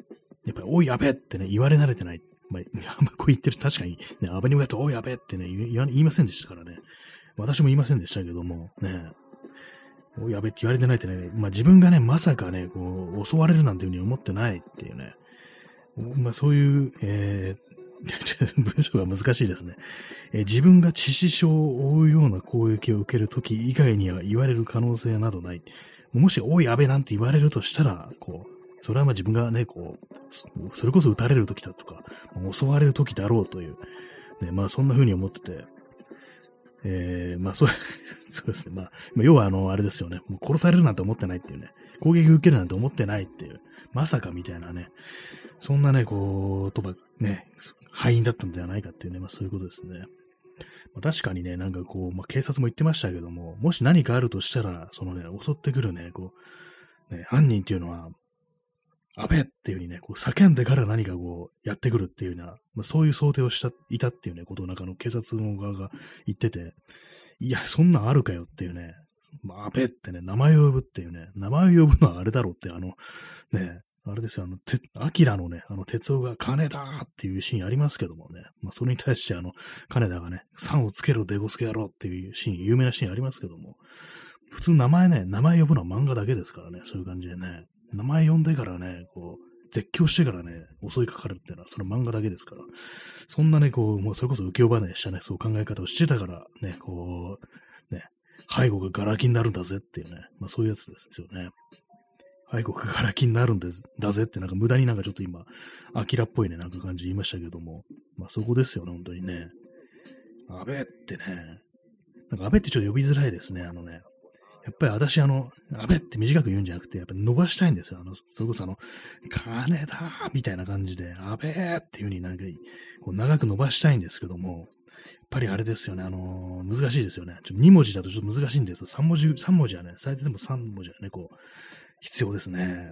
やっぱり、おい、やべってね、言われ慣れてない。まあんまこう言ってる、確かに、ね、安倍に向かって、おい、やべってね、言いませんでしたからね。私も言いませんでしたけども、ね、おい、やべって言われてないってね、まあ自分がね、まさかね、こう、襲われるなんていうふうに思ってないっていうね、まあそういう、文章が難しいですね。自分が致死傷を負うような攻撃を受けるとき以外には言われる可能性などない。もし、おい、やべなんて言われるとしたら、こう、それはまあ自分がね、こう、それこそ撃たれるときだとか、襲われるときだろうという、ね、まあそんな風に思ってて、まあそうですね。まあ、要はあれですよね。もう殺されるなんて思ってないっていうね。攻撃受けるなんて思ってないっていう。まさかみたいなね。そんなね、こう、ね、敗因だったんではないかっていうね。まあそういうことですね。まあ、確かにね、なんかこう、まあ警察も言ってましたけども、もし何かあるとしたら、そのね、襲ってくるね、こう、ね、犯人っていうのは、安倍っていう風にね、こう叫んでから何かこう、やってくるっていうような、まあ、そういう想定をいたっていうね、ことをなんか警察の側が言ってて、いや、そんなんあるかよっていうね、まあ、安倍ってね、名前を呼ぶっていうね、名前を呼ぶのはあれだろうって、ね、あれですよ、アキラのね、哲夫が金だっていうシーンありますけどもね、まあ、それに対して金田がね、さんをつけろ、デゴスケ野郎っていうシーン、有名なシーンありますけども、普通名前呼ぶのは漫画だけですからね、そういう感じでね、名前呼んでからね、こう、絶叫してからね、襲いかかるっていうのは、その漫画だけですから、そんなね、こう、もうそれこそ浮世離れしたね、そう考え方をしてたから、ね、こう、ね、背後がガラ空きになるんだぜっていうね、まあそういうやつですよね。背後がガラ空きになるんだぜって、なんか無駄になんかちょっと今、アキラっぽいね、なんか感じ言いましたけども、まあそこですよね、本当にね。安倍ってね、なんか安倍ってちょっと呼びづらいですね、やっぱり私、安倍って短く言うんじゃなくて、やっぱり伸ばしたいんですよ。それこそ金だみたいな感じで、安倍っていう風になんか、こう長く伸ばしたいんですけども、やっぱりあれですよね、難しいですよね。2文字だとちょっと難しいんですよ。3文字はね、最低でも3文字はね、こう、必要ですね。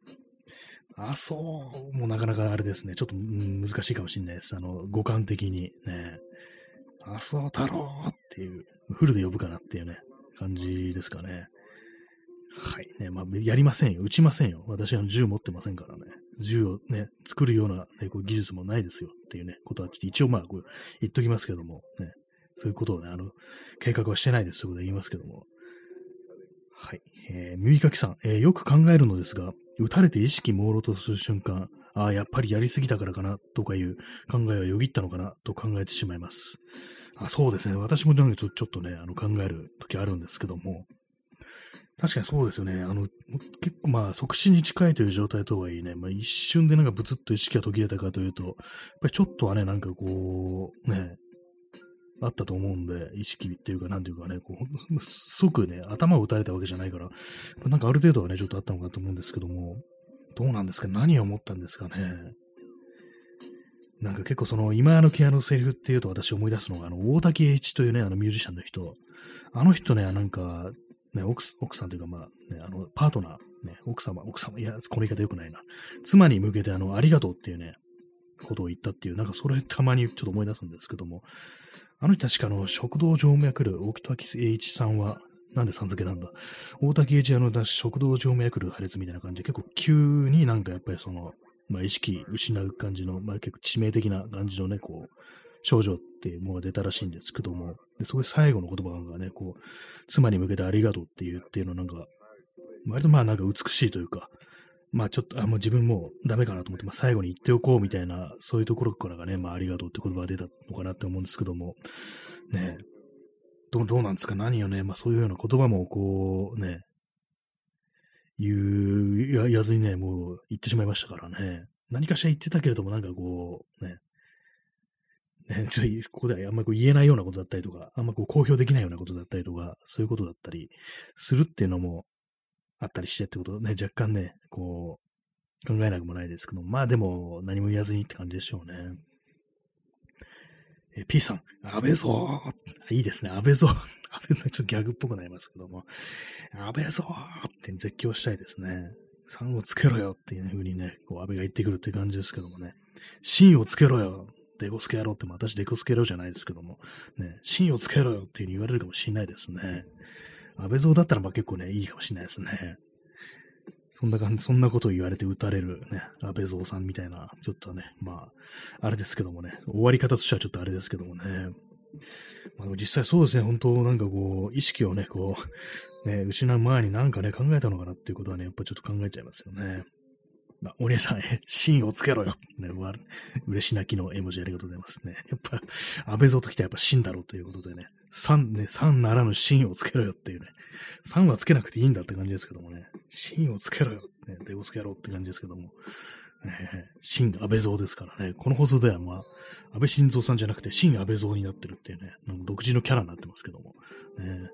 そう、もうなかなかあれですね。ちょっと、難しいかもしれないです。語感的にね。そう太郎っていう、フルで呼ぶかなっていうね、感じですかね。はい。ね、まあ、やりませんよ。撃ちませんよ。私は銃持ってませんからね。銃をね、作るような、ね、こう技術もないですよっていうね、ことは、一応まあ、こう言っときますけども、ね、そういうことをね、計画はしてないですということで言いますけども。はい。耳かきさん、よく考えるのですが、撃たれて意識朦朧とする瞬間、やっぱりやりすぎたからかな、とかいう考えはよぎったのかな、と考えてしまいます。そうですね。私もなんかちょっとね、考えるときあるんですけども、確かにそうですよね。結構まあ、即死に近いという状態とはいえね、まあ一瞬でなんかブツッと意識が途切れたかというと、やっぱりちょっとはね、なんかこう、ね、あったと思うんで、意識っていうか、なんていうかね、こう、即ね、頭を打たれたわけじゃないから、なんかある程度はね、ちょっとあったのかと思うんですけども、どうなんですか、何を思ったんですかね。なんか結構今のケアのセリフっていうと私思い出すのが、大滝栄一というね、ミュージシャンの人。あの人ね、なんか、ね、奥さんというか、まあ、ね、パートナー、ね、奥様、いや、この言い方良くないな。妻に向けて、ありがとうっていうね、ことを言ったっていう、なんかそれたまにちょっと思い出すんですけども、あの人確か食道静脈瘤、大滝栄一さんは、なんでさん付けなんだ。大滝栄一食道静脈瘤破裂みたいな感じで、結構急になんかやっぱりまあ、意識失う感じの、まあ、結構致命的な感じのね、こう、症状っていうものが出たらしいんですけども、でそこで最後の言葉がね、こう、妻に向けてありがとうっていうのなんか、割とまあなんか美しいというか、まあちょっと、もう自分もうダメかなと思って、まあ最後に言っておこうみたいな、そういうところからがね、まあありがとうって言葉が出たのかなって思うんですけども、ね、どうなんですか、何をね、まあそういうような言葉もこう、ね、やずにね、もう言ってしまいましたからね。何かしら言ってたけれども、なんかこう、ちょっとここではあんまり言えないようなことだったりとか、あんまこう公表できないようなことだったりとか、そういうことだったりするっていうのもあったりしてってことをね、若干ね、こう、考えなくもないですけど、まあでも何も言わずにって感じでしょうね。P さん、安倍ぞーいいですね、安倍ぞ安倍ちょっとギャグっぽくなりますけども、安倍ぞーって絶叫したいですね。3をつけろよっていう風にね、こう安倍が言ってくるっていう感じですけどもね。芯をつけろよデコスケ野郎って、私デコスケ野郎じゃないですけども、ね、芯をつけろよっていう風に言われるかもしれないですね。安倍蔵だったらまあ結構ね、いいかもしれないですね。 そんなことを言われて撃たれるね、安倍蔵さんみたいな、ちょっとね、まあ、あれですけどもね、終わり方としてはちょっとあれですけどもね、まあ、実際そうですね、本当なんかこう、意識をね、こう、ね、失う前になんかね、考えたのかなっていうことはね、やっぱちょっと考えちゃいますよね。お姉さん、芯をつけろよ。ね、嬉し泣きの絵文字ありがとうございますね。やっぱ、安倍蔵ときてやっぱ芯だろうということでね、3ならぬ芯をつけろよっていうね、3はつけなくていいんだって感じですけどもね、芯をつけろよ。ね、デボつけろって感じですけども、新安倍蔵ですからね、この放送ではまあ、安倍晋三さんじゃなくて新安倍蔵になってるっていうね、なんか独自のキャラになってますけども、ね、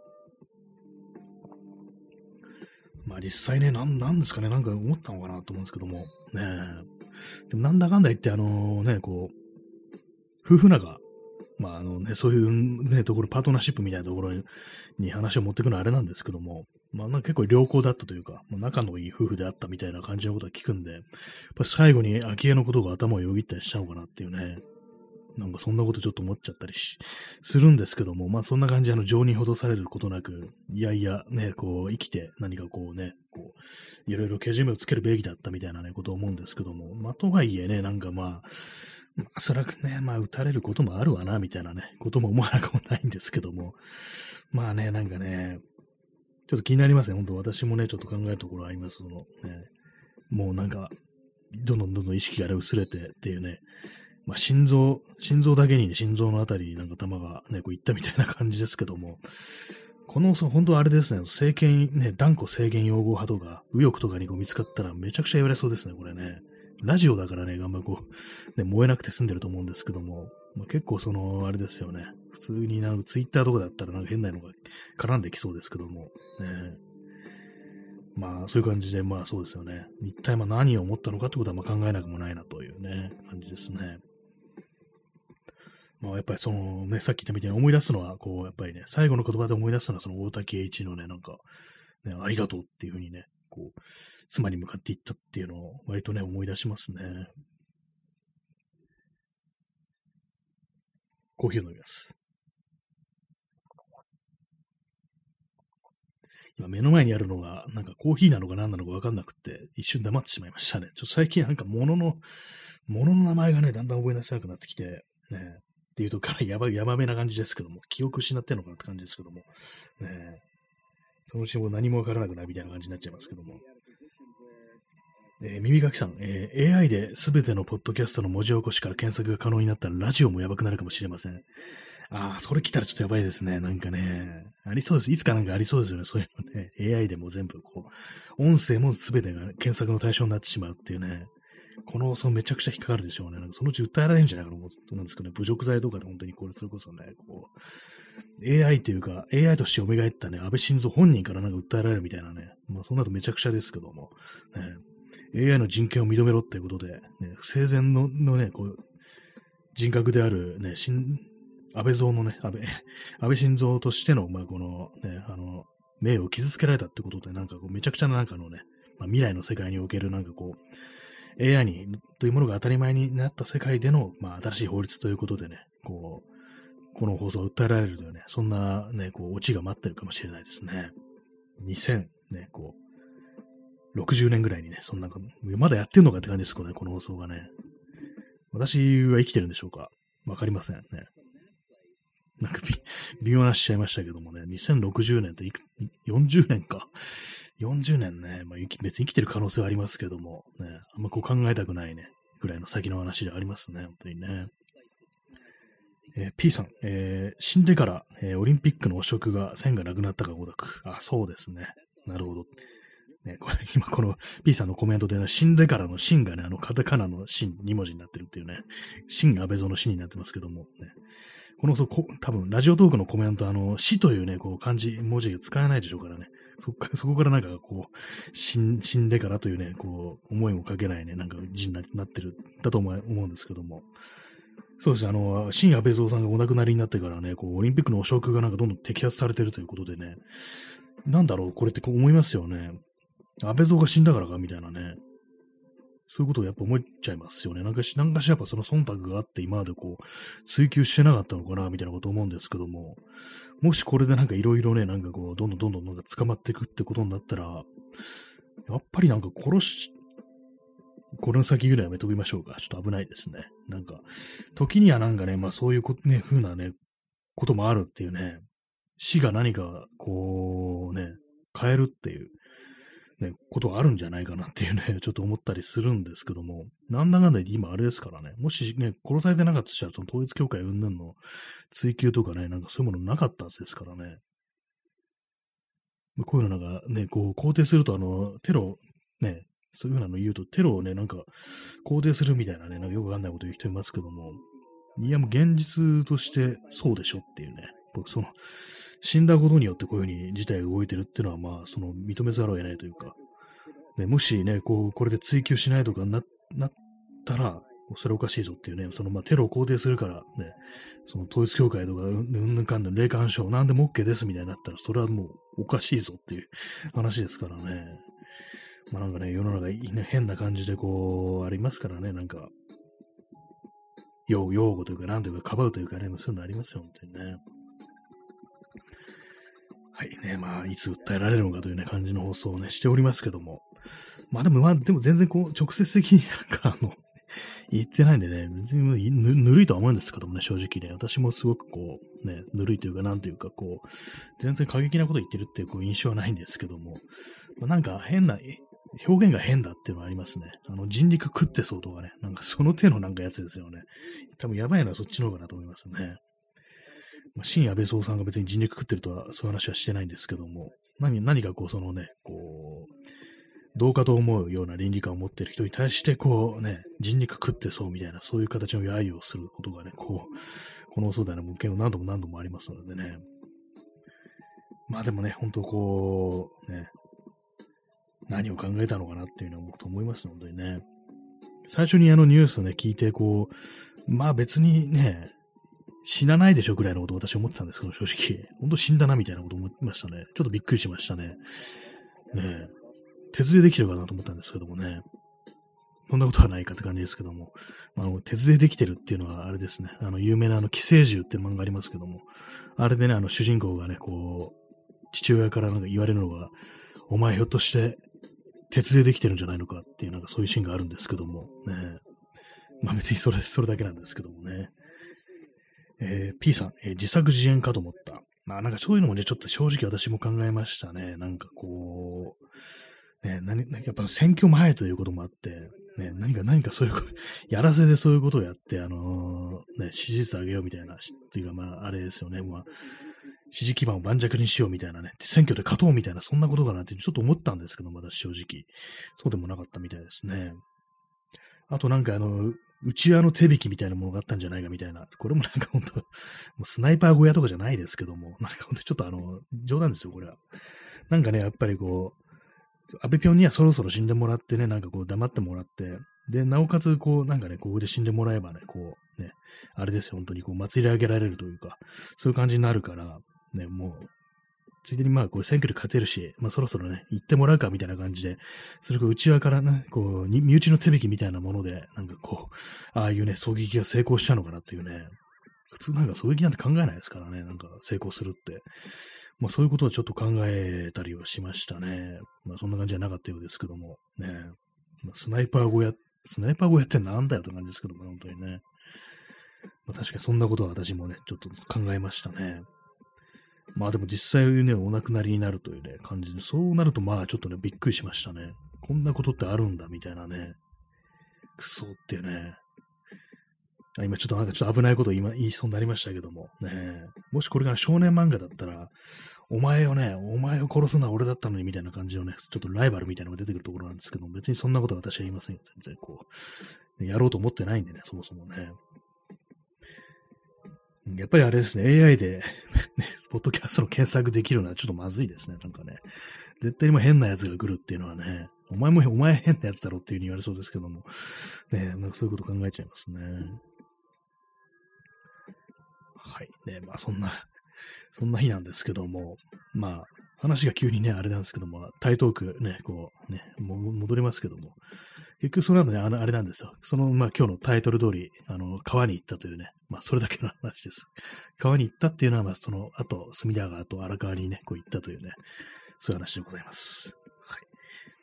まあ実際ね、なんですかね、なんか思ったのかなと思うんですけども、ね、でもなんだかんだ言ってね、こう、夫婦仲、まあね、そういうね、ところ、パートナーシップみたいなところに話を持っていくのはあれなんですけども、まあなんか結構良好だったというか、まあ、仲のいい夫婦であったみたいな感じのことは聞くんで、やっぱり最後に昭恵のことが頭をよぎったりしたのかなっていうね、なんかそんなことちょっと思っちゃったりするんですけども、まあそんな感じ情にほどされることなく、いやいやね、こう生きて何かこうね、こう、いろいろけじめをつけるべきだったみたいなね、ことを思うんですけども、まあとはいえね、なんかまあ、そらくね、まあ、撃たれることもあるわな、みたいなね、ことも思わなくもないんですけども、まあね、なんかね、ちょっと気になりますね、本当私もね、ちょっと考えるところあります、ね、もうなんか、どんどん意識が薄れてっていうね、まあ、心臓だけにね、心臓のあたりになんか弾がね、こういったみたいな感じですけども、この、本当あれですね、断固政権擁護派とか、右翼とかにこう見つかったらめちゃくちゃ言われそうですね、これね。ラジオだからね、あんまこう、ね、燃えなくて済んでると思うんですけども、まあ、結構あれですよね。普通にツイッターとかだったらなんか変なのが絡んできそうですけども、ね、まあそういう感じで、まあそうですよね。一体まあ何を思ったのかってことはまあ考えなくもないなというね、感じですね。まあやっぱりさっき言ったみたいに思い出すのは、こう、やっぱりね、最後の言葉で思い出すのは大竹栄一のね、なんか、ね、ありがとうっていうふうにね、こう、妻に向かって言ったっていうのを割とね、思い出しますね。コーヒーを飲みます。今目の前にあるのが、なんかコーヒーなのか何なのかわかんなくて、一瞬黙ってしまいましたね。最近なんか物の名前がね、だんだん覚えなせなくなってきて、ね、っていうとからやばめな感じですけども、記憶失ってんのかなって感じですけども、ね、そのうちも何もわからなくなるみたいな感じになっちゃいますけども。耳かきさん、AI で全てのポッドキャストの文字起こしから検索が可能になったらラジオもやばくなるかもしれません。ああ、それ来たらちょっとやばいですね。なんかね、ありそうです。いつかなんかありそうですよね。そういうのね。AI でも全部こう、音声も全てが検索の対象になってしまうっていうね。この放送めちゃくちゃ引っかかるでしょうね。なんかそのうち訴えられるんじゃないかと思うんですけどね。侮辱罪とかで本当にこれ、それこそね、こう、AI というか、AI として蘇ったね、安倍晋三本人からなんか訴えられるみたいなね。まあ、そんなのめちゃくちゃですけども、ね、AI の人権を認めろっていうことで、ね、生前のね、こう、人格であるね、安倍蔵のね、安倍晋三としての、まあ、このね、名誉を傷つけられたってことで、なんかこう、めちゃくちゃななんかのね、まあ、未来の世界におけるなんかこう、AI というものが当たり前になった世界での、まあ、新しい法律ということでね、こう、この放送を訴えられるというね、そんなね、こう、オチが待ってるかもしれないですね。2000、ね、こう、60年ぐらいにね、そんな、まだやってんのかって感じですこの放送がね。私は生きてるんでしょうかわかりませんね。なんか微妙なしちゃいましたけどもね、2060年って40年か。40年ね、まあ、別に生きてる可能性はありますけども、ね、あんまこう考えたくないね、ぐらいの先の話でありますね、本当にね。P さん、死んでから、オリンピックの汚職が線がなくなったかごとく。あ、そうですね。なるほど。ね、今この P さんのコメントでね、死んでからの死がね、カタカナの死2文字になってるっていうね、死安倍蔵の死になってますけども、ね、この多分ラジオトークのコメント、死というね、こう漢字、文字が使えないでしょうからね、そこからなんかこう、死んでからというね、こう、思いもかけないね、なんか字になってる、だと思うんですけども、そうですね、新安倍蔵さんがお亡くなりになってからね、こう、オリンピックの汚職がなんかどんどん摘発されてるということでね、なんだろう、これってこう思いますよね。安倍蔵が死んだからかみたいなね。そういうことをやっぱ思っちゃいますよね。なんかしらやっぱその忖度があって今までこう、追求してなかったのかなみたいなことを思うんですけども、もしこれでなんかいろいろね、なんかこう、どんどんなんか捕まっていくってことになったら、 やっぱりなんかこの先ぐらいやめときましょうか。ちょっと危ないですね。なんか、時にはなんかね、まあそういうね、風なね、こともあるっていうね、死が何か、こうね、変えるっていう、ね、ことがあるんじゃないかなっていうね、ちょっと思ったりするんですけども、なんだかんだ言って今あれですからね、もしね、殺されてなかったとしたら、その統一教会云々の追及とかね、なんかそういうものなかったはずですからね。こういうのなんかね、こう肯定すると、テロ、ね、そういうふうなの言うと、テロをね、なんか肯定するみたいなね、なんかよくわかんないこと言う人いますけども、いやもう現実としてそうでしょっていうね、僕死んだことによってこういうふうに事態が動いてるっていうのは、まあ、認めざるを得ないというか、ね、もしね、これで追及しないとかなったら、それおかしいぞっていうね、まあ、テロを肯定するから、ね、その統一教会とか、うんぬんかんぬん霊感商、なんでも OK ですみたいになったら、それはもうおかしいぞっていう話ですからね。まあなんかね、世の中、ね、変な感じでこう、ありますからね、なんか、擁護というか、なんというか、かばうというかね、そういうのありますよ、本当にね。はいね、まあ、いつ訴えられるのかというね、感じの放送をね、しておりますけども。まあでも全然こう、直接的になんか言ってないんでね、別にぬるいとは思うんですけどもね、正直ね、私もすごくこう、ね、ぬるいというか、なんというか、こう、全然過激なこと言ってるっていうこう印象はないんですけども、まあ、なんか表現が変だっていうのはありますね。人肉食ってそうとかね、なんかその手のなんかやつですよね。多分やばいのはそっちの方かなと思いますね。まあ、新安倍総さんが別に人肉食ってるとは、そういう話はしてないんですけども、何かこう、こう、どうかと思うような倫理観を持っている人に対して、こうね、人肉食ってそうみたいな、そういう形の揶揄をすることがね、この相談の文献を何度もありますのでね。まあでもね、本当こう、ね、何を考えたのかなっていうのは僕と思いますのでね。最初にニュースをね、聞いて、こう、まあ別にね、死なないでしょぐらいのことを私は思ってたんですけど、正直。本当死んだなみたいなこと思いましたね。ちょっとびっくりしましたね。ねえ。鉄でできてるかなと思ったんですけどもね。そんなことはないかって感じですけども。鉄でできてるっていうのはあれですね。有名な寄生獣っていう漫画ありますけども。あれでね、主人公がね、こう、父親からなんか言われるのが、お前ひょっとして鉄でできてるんじゃないのかっていうなんかそういうシーンがあるんですけども。ね。まあ別にそれだけなんですけどもね。P さん、自作自演かと思った。まあなんかそういうのもね、ちょっと正直私も考えましたね。なんかこう、ね、やっぱ選挙前ということもあって、ね、何かそういうやらせでそういうことをやって、ね、支持率上げようみたいな、っていうかまああれですよね、まあ、支持基盤を盤石にしようみたいなね、選挙で勝とうみたいな、そんなことかなってちょっと思ったんですけど、私正直。そうでもなかったみたいですね。あとなんか内輪の手引きみたいなものがあったんじゃないかみたいな。これもなんか本当もうスナイパー小屋とかじゃないですけども、なんか本当ちょっと冗談ですよ、これは。なんかね、やっぱりこう、安倍ぴょんにはそろそろ死んでもらってね、なんかこう黙ってもらって、で、なおかつこう、なんかね、ここで死んでもらえばね、こう、ね、あれですよ、本当にこう、祭り上げられるというか、そういう感じになるから、ね、もう、ついでにまあ、こう選挙で勝てるし、まあそろそろね、行ってもらうかみたいな感じで、それこう内輪からね、こう、身内の手引きみたいなもので、なんかこう、ああいうね、狙撃が成功したのかなっていうね、普通なんか狙撃なんて考えないですからね、なんか成功するって。まあそういうことをちょっと考えたりはしましたね。まあそんな感じじゃなかったようですけども、ね。まあ、スナイパー小屋ってなんだよって感じですけども、本当にね。まあ確かにそんなことは私もね、ちょっと考えましたね。まあでも実際ね、お亡くなりになるというね、感じで、そうなるとまあちょっとね、びっくりしましたね。こんなことってあるんだ、みたいなね。クソっていうね。今ちょっとなんかちょっと危ないことを言いそうになりましたけども、ね。もしこれが少年漫画だったら、お前を殺すのは俺だったのにみたいな感じのね、ちょっとライバルみたいなのが出てくるところなんですけども、別にそんなことは私は言いませんよ。全然こう、やろうと思ってないんでね、そもそもね。やっぱりあれですね、AI でね、ポッドキャストの検索できるのはちょっとまずいですね、なんかね。絶対にも変なやつが来るっていうのはね、お前変なやつだろっていう風に言われそうですけども、ね、なんかそういうこと考えちゃいますね。はい。ね、まあそんな日なんですけども、まあ、話が急にね、あれなんですけども、台東区ね、こうね、戻りますけども、結局その後ね、あれなんですよ。まあ今日のタイトル通り、川に行ったというね、まあそれだけの話です。川に行ったっていうのは、まあその後、隅田川と荒川にね、こう行ったというね、そういう話でございます。はい。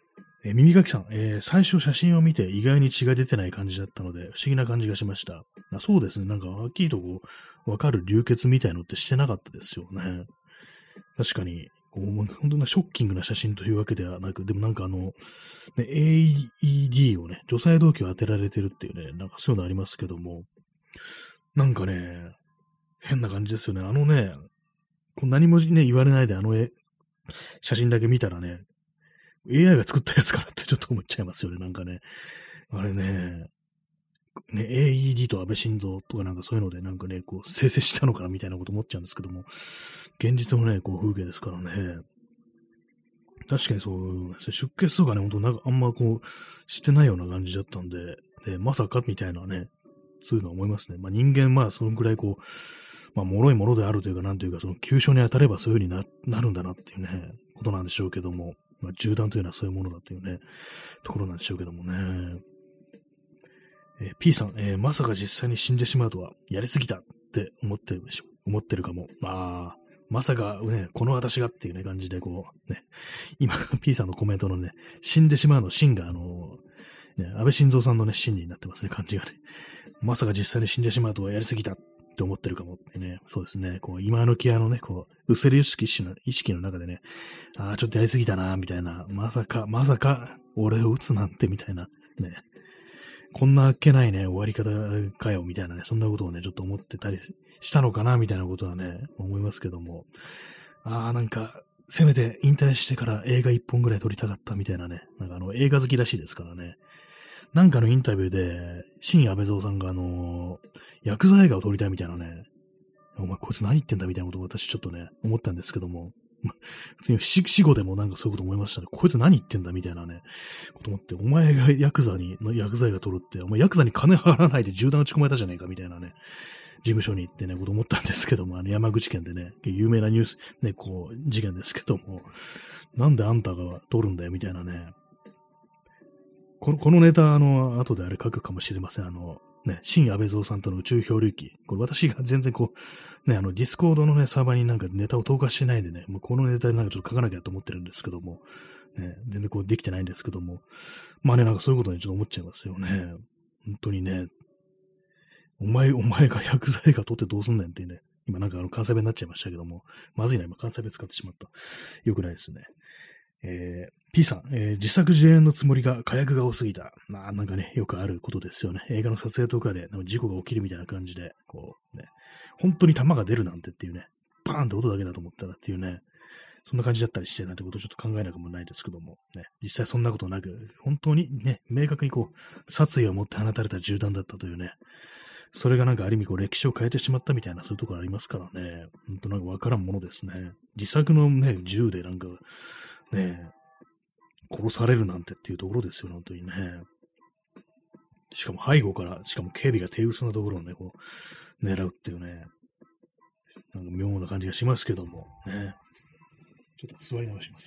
耳かきさん、最初写真を見て意外に血が出てない感じだったので、不思議な感じがしました。そうですね。なんか、はっきりとわかる流血みたいのってしてなかったですよね。確かに、本当にショッキングな写真というわけではなく、でもなんかね、AED をね、除細動器を当てられてるっていうね、なんかそういうのありますけども、なんかね、変な感じですよね。何もね、言われないで写真だけ見たらね、AI が作ったやつかなってちょっと思っちゃいますよね、なんかね。あれね、AED と安倍晋三とかなんかそういうのでなんかね、生成したのかなみたいなこと思っちゃうんですけども、現実のね、風景ですからね。確かにそうですね、出血とかね、ほんとなんかあんましてないような感じだったんで、まさかみたいなね、そういうのは思いますね。人間そのくらい脆いものであるというか、なんというか、その急所に当たればそういう風になるんだなっていうね、ことなんでしょうけども、銃弾というのはそういうものだっていうね、ところなんでしょうけどもね。P さん、まさか実際に死んでしまうとは、やりすぎたって思ってるかも。まさかね、この私がっていうね、感じで今、P さんのコメントのね、死んでしまうのシンが、安倍晋三さんのね、シンになってますね、感じがね。まさか実際に死んでしまうとはやりすぎたって思ってるかもってね、そうですね、今の気のね、薄れ意識の中でね、ちょっとやりすぎたな、みたいな、まさか、俺を撃つなんて、みたいな、ね、こんなあっけないね、終わり方かよ、みたいなね、そんなことをね、ちょっと思ってたりしたのかな、みたいなことはね、思いますけども、なんか、せめて引退してから映画一本ぐらい撮りたかったみたいなね、なんか映画好きらしいですからね、なんかのインタビューで、新安倍蔵さんがヤクザ映画を撮りたいみたいなね、お前こいつ何言ってんだみたいなことを私ちょっとね、思ったんですけども、普通に死後でもなんかそういうこと思いましたね。こいつ何言ってんだみたいなね、こと思って、お前がヤクザ映画撮るって、お前ヤクザに金払わないで銃弾撃ち込まれたじゃねえかみたいなね、事務所に行ってね、こと思ったんですけども、山口県でね、有名なニュース、ね、事件ですけども、なんであんたが撮るんだよみたいなね、このネタ、後であれ書くかもしれません。新安倍蔵さんとの宇宙漂流記。これ私が全然ディスコードのね、サーバーになんかネタを投下してないんでね、もうこのネタでなんかちょっと書かなきゃと思ってるんですけども、ね、全然できてないんですけども、なんかそういうことにちょっと思っちゃいますよね。本当にね、お前が薬剤が取ってどうすんねんってね、今なんか関西弁になっちゃいましたけども、まずいな、今関西弁使ってしまった。よくないですね。P さん、自作自演のつもりが火薬が多すぎた。なんかね、よくあることですよね。映画の撮影とかで事故が起きるみたいな感じで、本当に弾が出るなんてっていうね、バーンって音だけだと思ったらっていうね、そんな感じだったりしてなんてことをちょっと考えなくもないですけども、ね、実際そんなことなく、本当にね、明確に殺意を持って放たれた銃弾だったというね、それがなんかある意味歴史を変えてしまったみたいなそういうところありますからね、本当なんかわからんものですね。自作のね、銃でなんか、ね、殺されるなんてっていうところですよ、本当にね。しかも背後から、しかも警備が手薄なところをね、狙うっていうね、なんか妙な感じがしますけども、ね。ちょっと座り直します。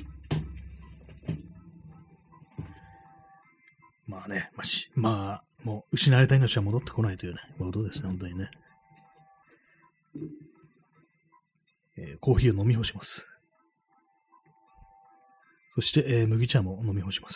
もう失われた命は戻ってこないというね、ことですね、本当にね。コーヒーを飲み干します。そして、麦茶も飲み干します。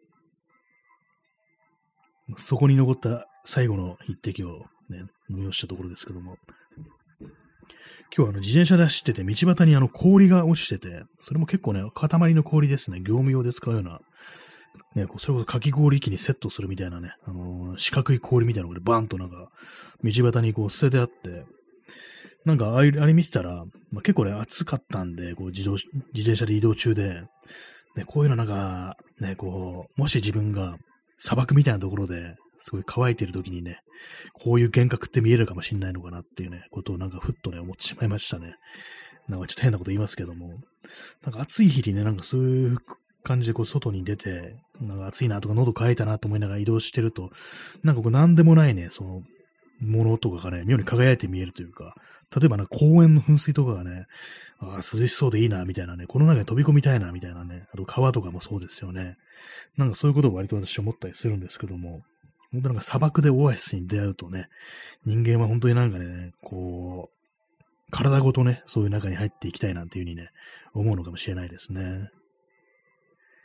そこに残った最後の一滴をね、飲み干したところですけども。今日は自転車で走ってて、道端に氷が落ちてて、それも結構ね、塊の氷ですね、業務用で使うような、ね、それこそかき氷機にセットするみたいなね、四角い氷みたいなのがバーンとなんか、道端に捨ててあって、なんかあれ見てたら、結構ね、暑かったんで、自転車で移動中で、ね、こういうのなんか、ね、もし自分が砂漠みたいなところで、すごい乾いてる時にね、こういう幻覚って見えるかもしれないのかなっていうね、ことをなんかふっとね、思ってしまいましたね。なんかちょっと変なこと言いますけども、なんか暑い日にね、なんかそういう感じで外に出て、なんか暑いなとか喉乾いたなと思いながら移動してると、なんかなんでもないね、その、ものとかがね、妙に輝いて見えるというか、例えば公園の噴水とかがね、涼しそうでいいな、みたいなね、この中に飛び込みたいな、みたいなね、あと川とかもそうですよね。なんかそういうことを割と私は思ったりするんですけども、本当なんか砂漠でオアシスに出会うとね、人間は本当になんかね、体ごとね、そういう中に入っていきたいなんていう風にね、思うのかもしれないですね。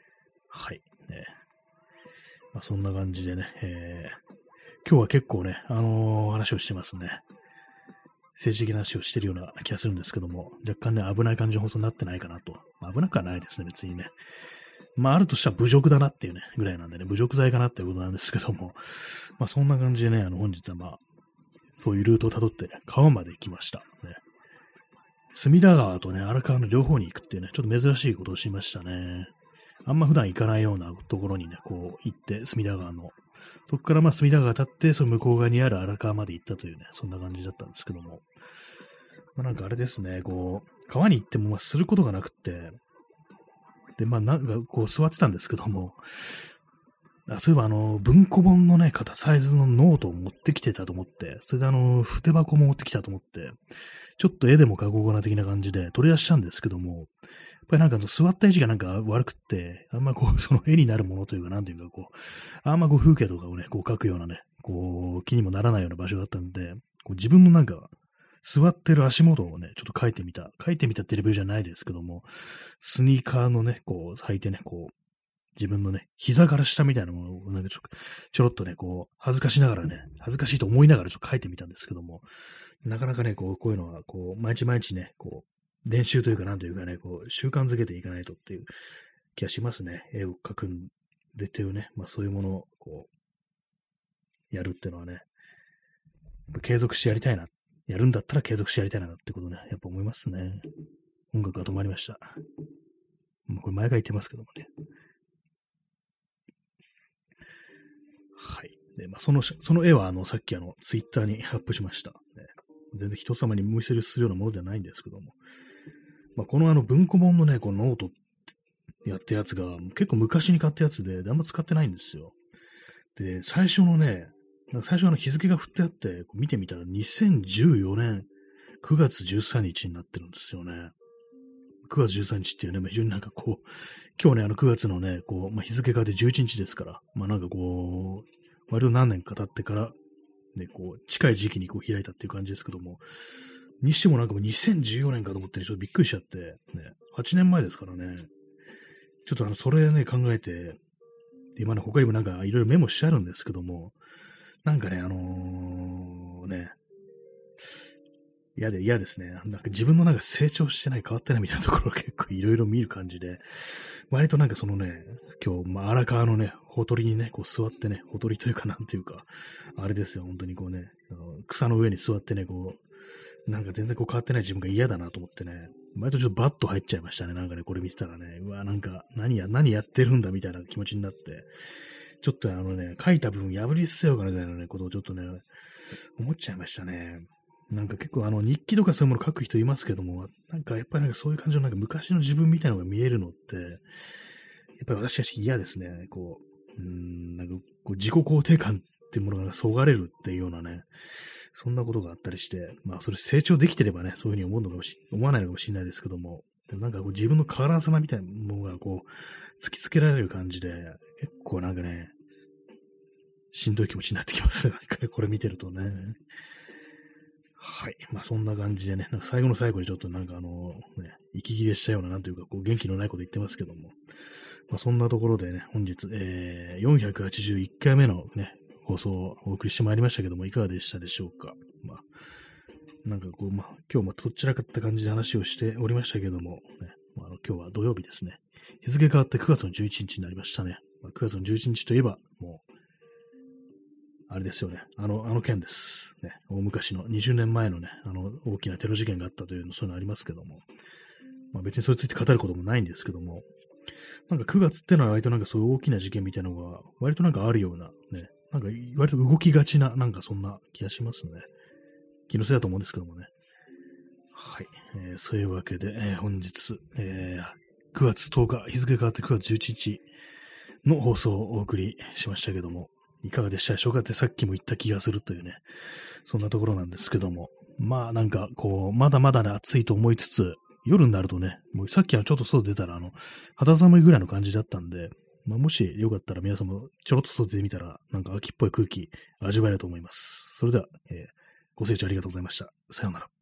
はい。まあ、そんな感じでね、今日は結構ね、話をしてますね。政治的な話をしてるような気がするんですけども、若干ね、危ない感じの放送になってないかなと。まあ、危なくはないですね、別にね。まあ、あるとしたら侮辱だなっていうね、ぐらいなんでね、侮辱罪かなっていうことなんですけども、まあ、そんな感じでね、本日はまあ、そういうルートを辿ってね、川まで行きました。ね。隅田川とね、荒川の両方に行くっていうね、ちょっと珍しいことをしましたね。あんま普段行かないようなところにね、こう行って、隅田川の、そこからまあ隅田川立って、その向こう側にある荒川まで行ったというね、そんな感じだったんですけども。まあ、なんかあれですね、こう、川に行ってもまあすることがなくって、で、まあなんかこう座ってたんですけども、そういえば文庫本のね、サイズのノートを持ってきてたと思って、それで筆箱も持ってきたと思って、ちょっと絵でも描こうかな的な感じで取り出したんですけども、やっぱりなんか座った位置がなんか悪くって、あんまこう、その絵になるものというか、なんていうかこう、あんまこう風景とかをね、こう描くようなね、こう、気にもならないような場所だったんで、こう自分のなんか、座ってる足元をね、ちょっと描いてみた。描いてみたってレベルじゃないですけども、スニーカーのね、こう、履いてね、こう、自分のね、膝から下みたいなものを、なんかちょろっとね、こう、恥ずかしながらね、恥ずかしいと思いながらちょっと書いてみたんですけども、なかなかね、こういうのは、こう、毎日毎日ね、こう、練習というか、なんというかね、こう、習慣づけていかないとっていう気がしますね。絵を描くんでっていうね、まあそういうものを、こう、やるっていうのはね、継続してやりたいな。やるんだったら継続してやりたいなってことね、やっぱ思いますね。音楽が止まりました。もうこれ前が言ってますけどもね。はい。で、まあ、その絵は、さっきツイッターにアップしました。ね、全然人様に見せるするようなものではないんですけども。まあ、この文庫本のね、このノートやったやつが、結構昔に買ったやつで、あんま使ってないんですよ。で、最初のね、最初日付が振ってあって、見てみたら2014年9月13日になってるんですよね。9月13日っていうね、非常になんかこう、今日ね、9月のね、こう、まあ、日付がで11日ですから、まあなんかこう、割と何年か経ってから、ね、こう、近い時期にこう開いたっていう感じですけども、にしてもなんかもう2014年かと思って、ちょっとびっくりしちゃって、ね、8年前ですからね、ちょっとそれね、考えて、今ね、他にもなんかいろいろメモしてあるんですけども、なんかね、ね、嫌ですね。なんか自分のなんか成長してない、変わってないみたいなところを結構いろいろ見る感じで、割となんかそのね、今日、まあ、荒川のね、ほとりにね、こう座ってね、ほとりというかなんていうか、あれですよ、本当にこうね、草の上に座ってね、こう、なんか全然こう変わってない自分が嫌だなと思ってね、割とちょっとバッと入っちゃいましたね。なんかね、これ見てたらね、うわ、なんか何やってるんだみたいな気持ちになって、ちょっとね、書いた部分破り捨てようかなみたいなね、ことをちょっとね、思っちゃいましたね。なんか結構日記とかそういうもの書く人いますけども、なんかやっぱりなんかそういう感じのなんか昔の自分みたいなのが見えるのって、やっぱり私は嫌ですね。こう、なんかこう自己肯定感っていうものがそがれるっていうようなね、そんなことがあったりして、まあそれ成長できてればね、そういうふうに思わないのかもしれないですけども、でもなんかこう自分の変わらずなみたいなものがこう、突きつけられる感じで、結構なんかね、しんどい気持ちになってきますね。なんかね、これ見てるとね。はい。まあそんな感じでね、なんか最後の最後にちょっとなんかね、息切れしたような、なんというか、こう元気のないこと言ってますけども、まあそんなところでね、本日、481回目のね、放送をお送りしてまいりましたけども、いかがでしたでしょうか。まあ、なんかこう、まあ今日もとっちらかった感じで話をしておりましたけども、ね、まあ、今日は土曜日ですね。日付変わって9月の11日になりましたね。まあ、9月の11日といえば、もう、あれですよね。あの件です。ね。大昔の20年前のね、大きなテロ事件があったというの、そういうのありますけども。まあ別にそれについて語ることもないんですけども、なんか9月ってのは割となんかそういう大きな事件みたいなのが、割となんかあるような、ね。なんか割と動きがちな、なんかそんな気がしますね。気のせいだと思うんですけどもね。はい。そういうわけで、本日、9月10日、日付変わって9月11日の放送をお送りしましたけども、いかがでしたでしょうかってさっきも言った気がするというね、そんなところなんですけども、まあなんかこう、まだまだね、暑いと思いつつ、夜になるとね、もうさっきはちょっと外出たら肌寒いぐらいの感じだったんで、まあ、もしよかったら皆さんもちょろっと外で見たら、なんか秋っぽい空気味わえると思います。それでは、ご清聴ありがとうございました。さようなら。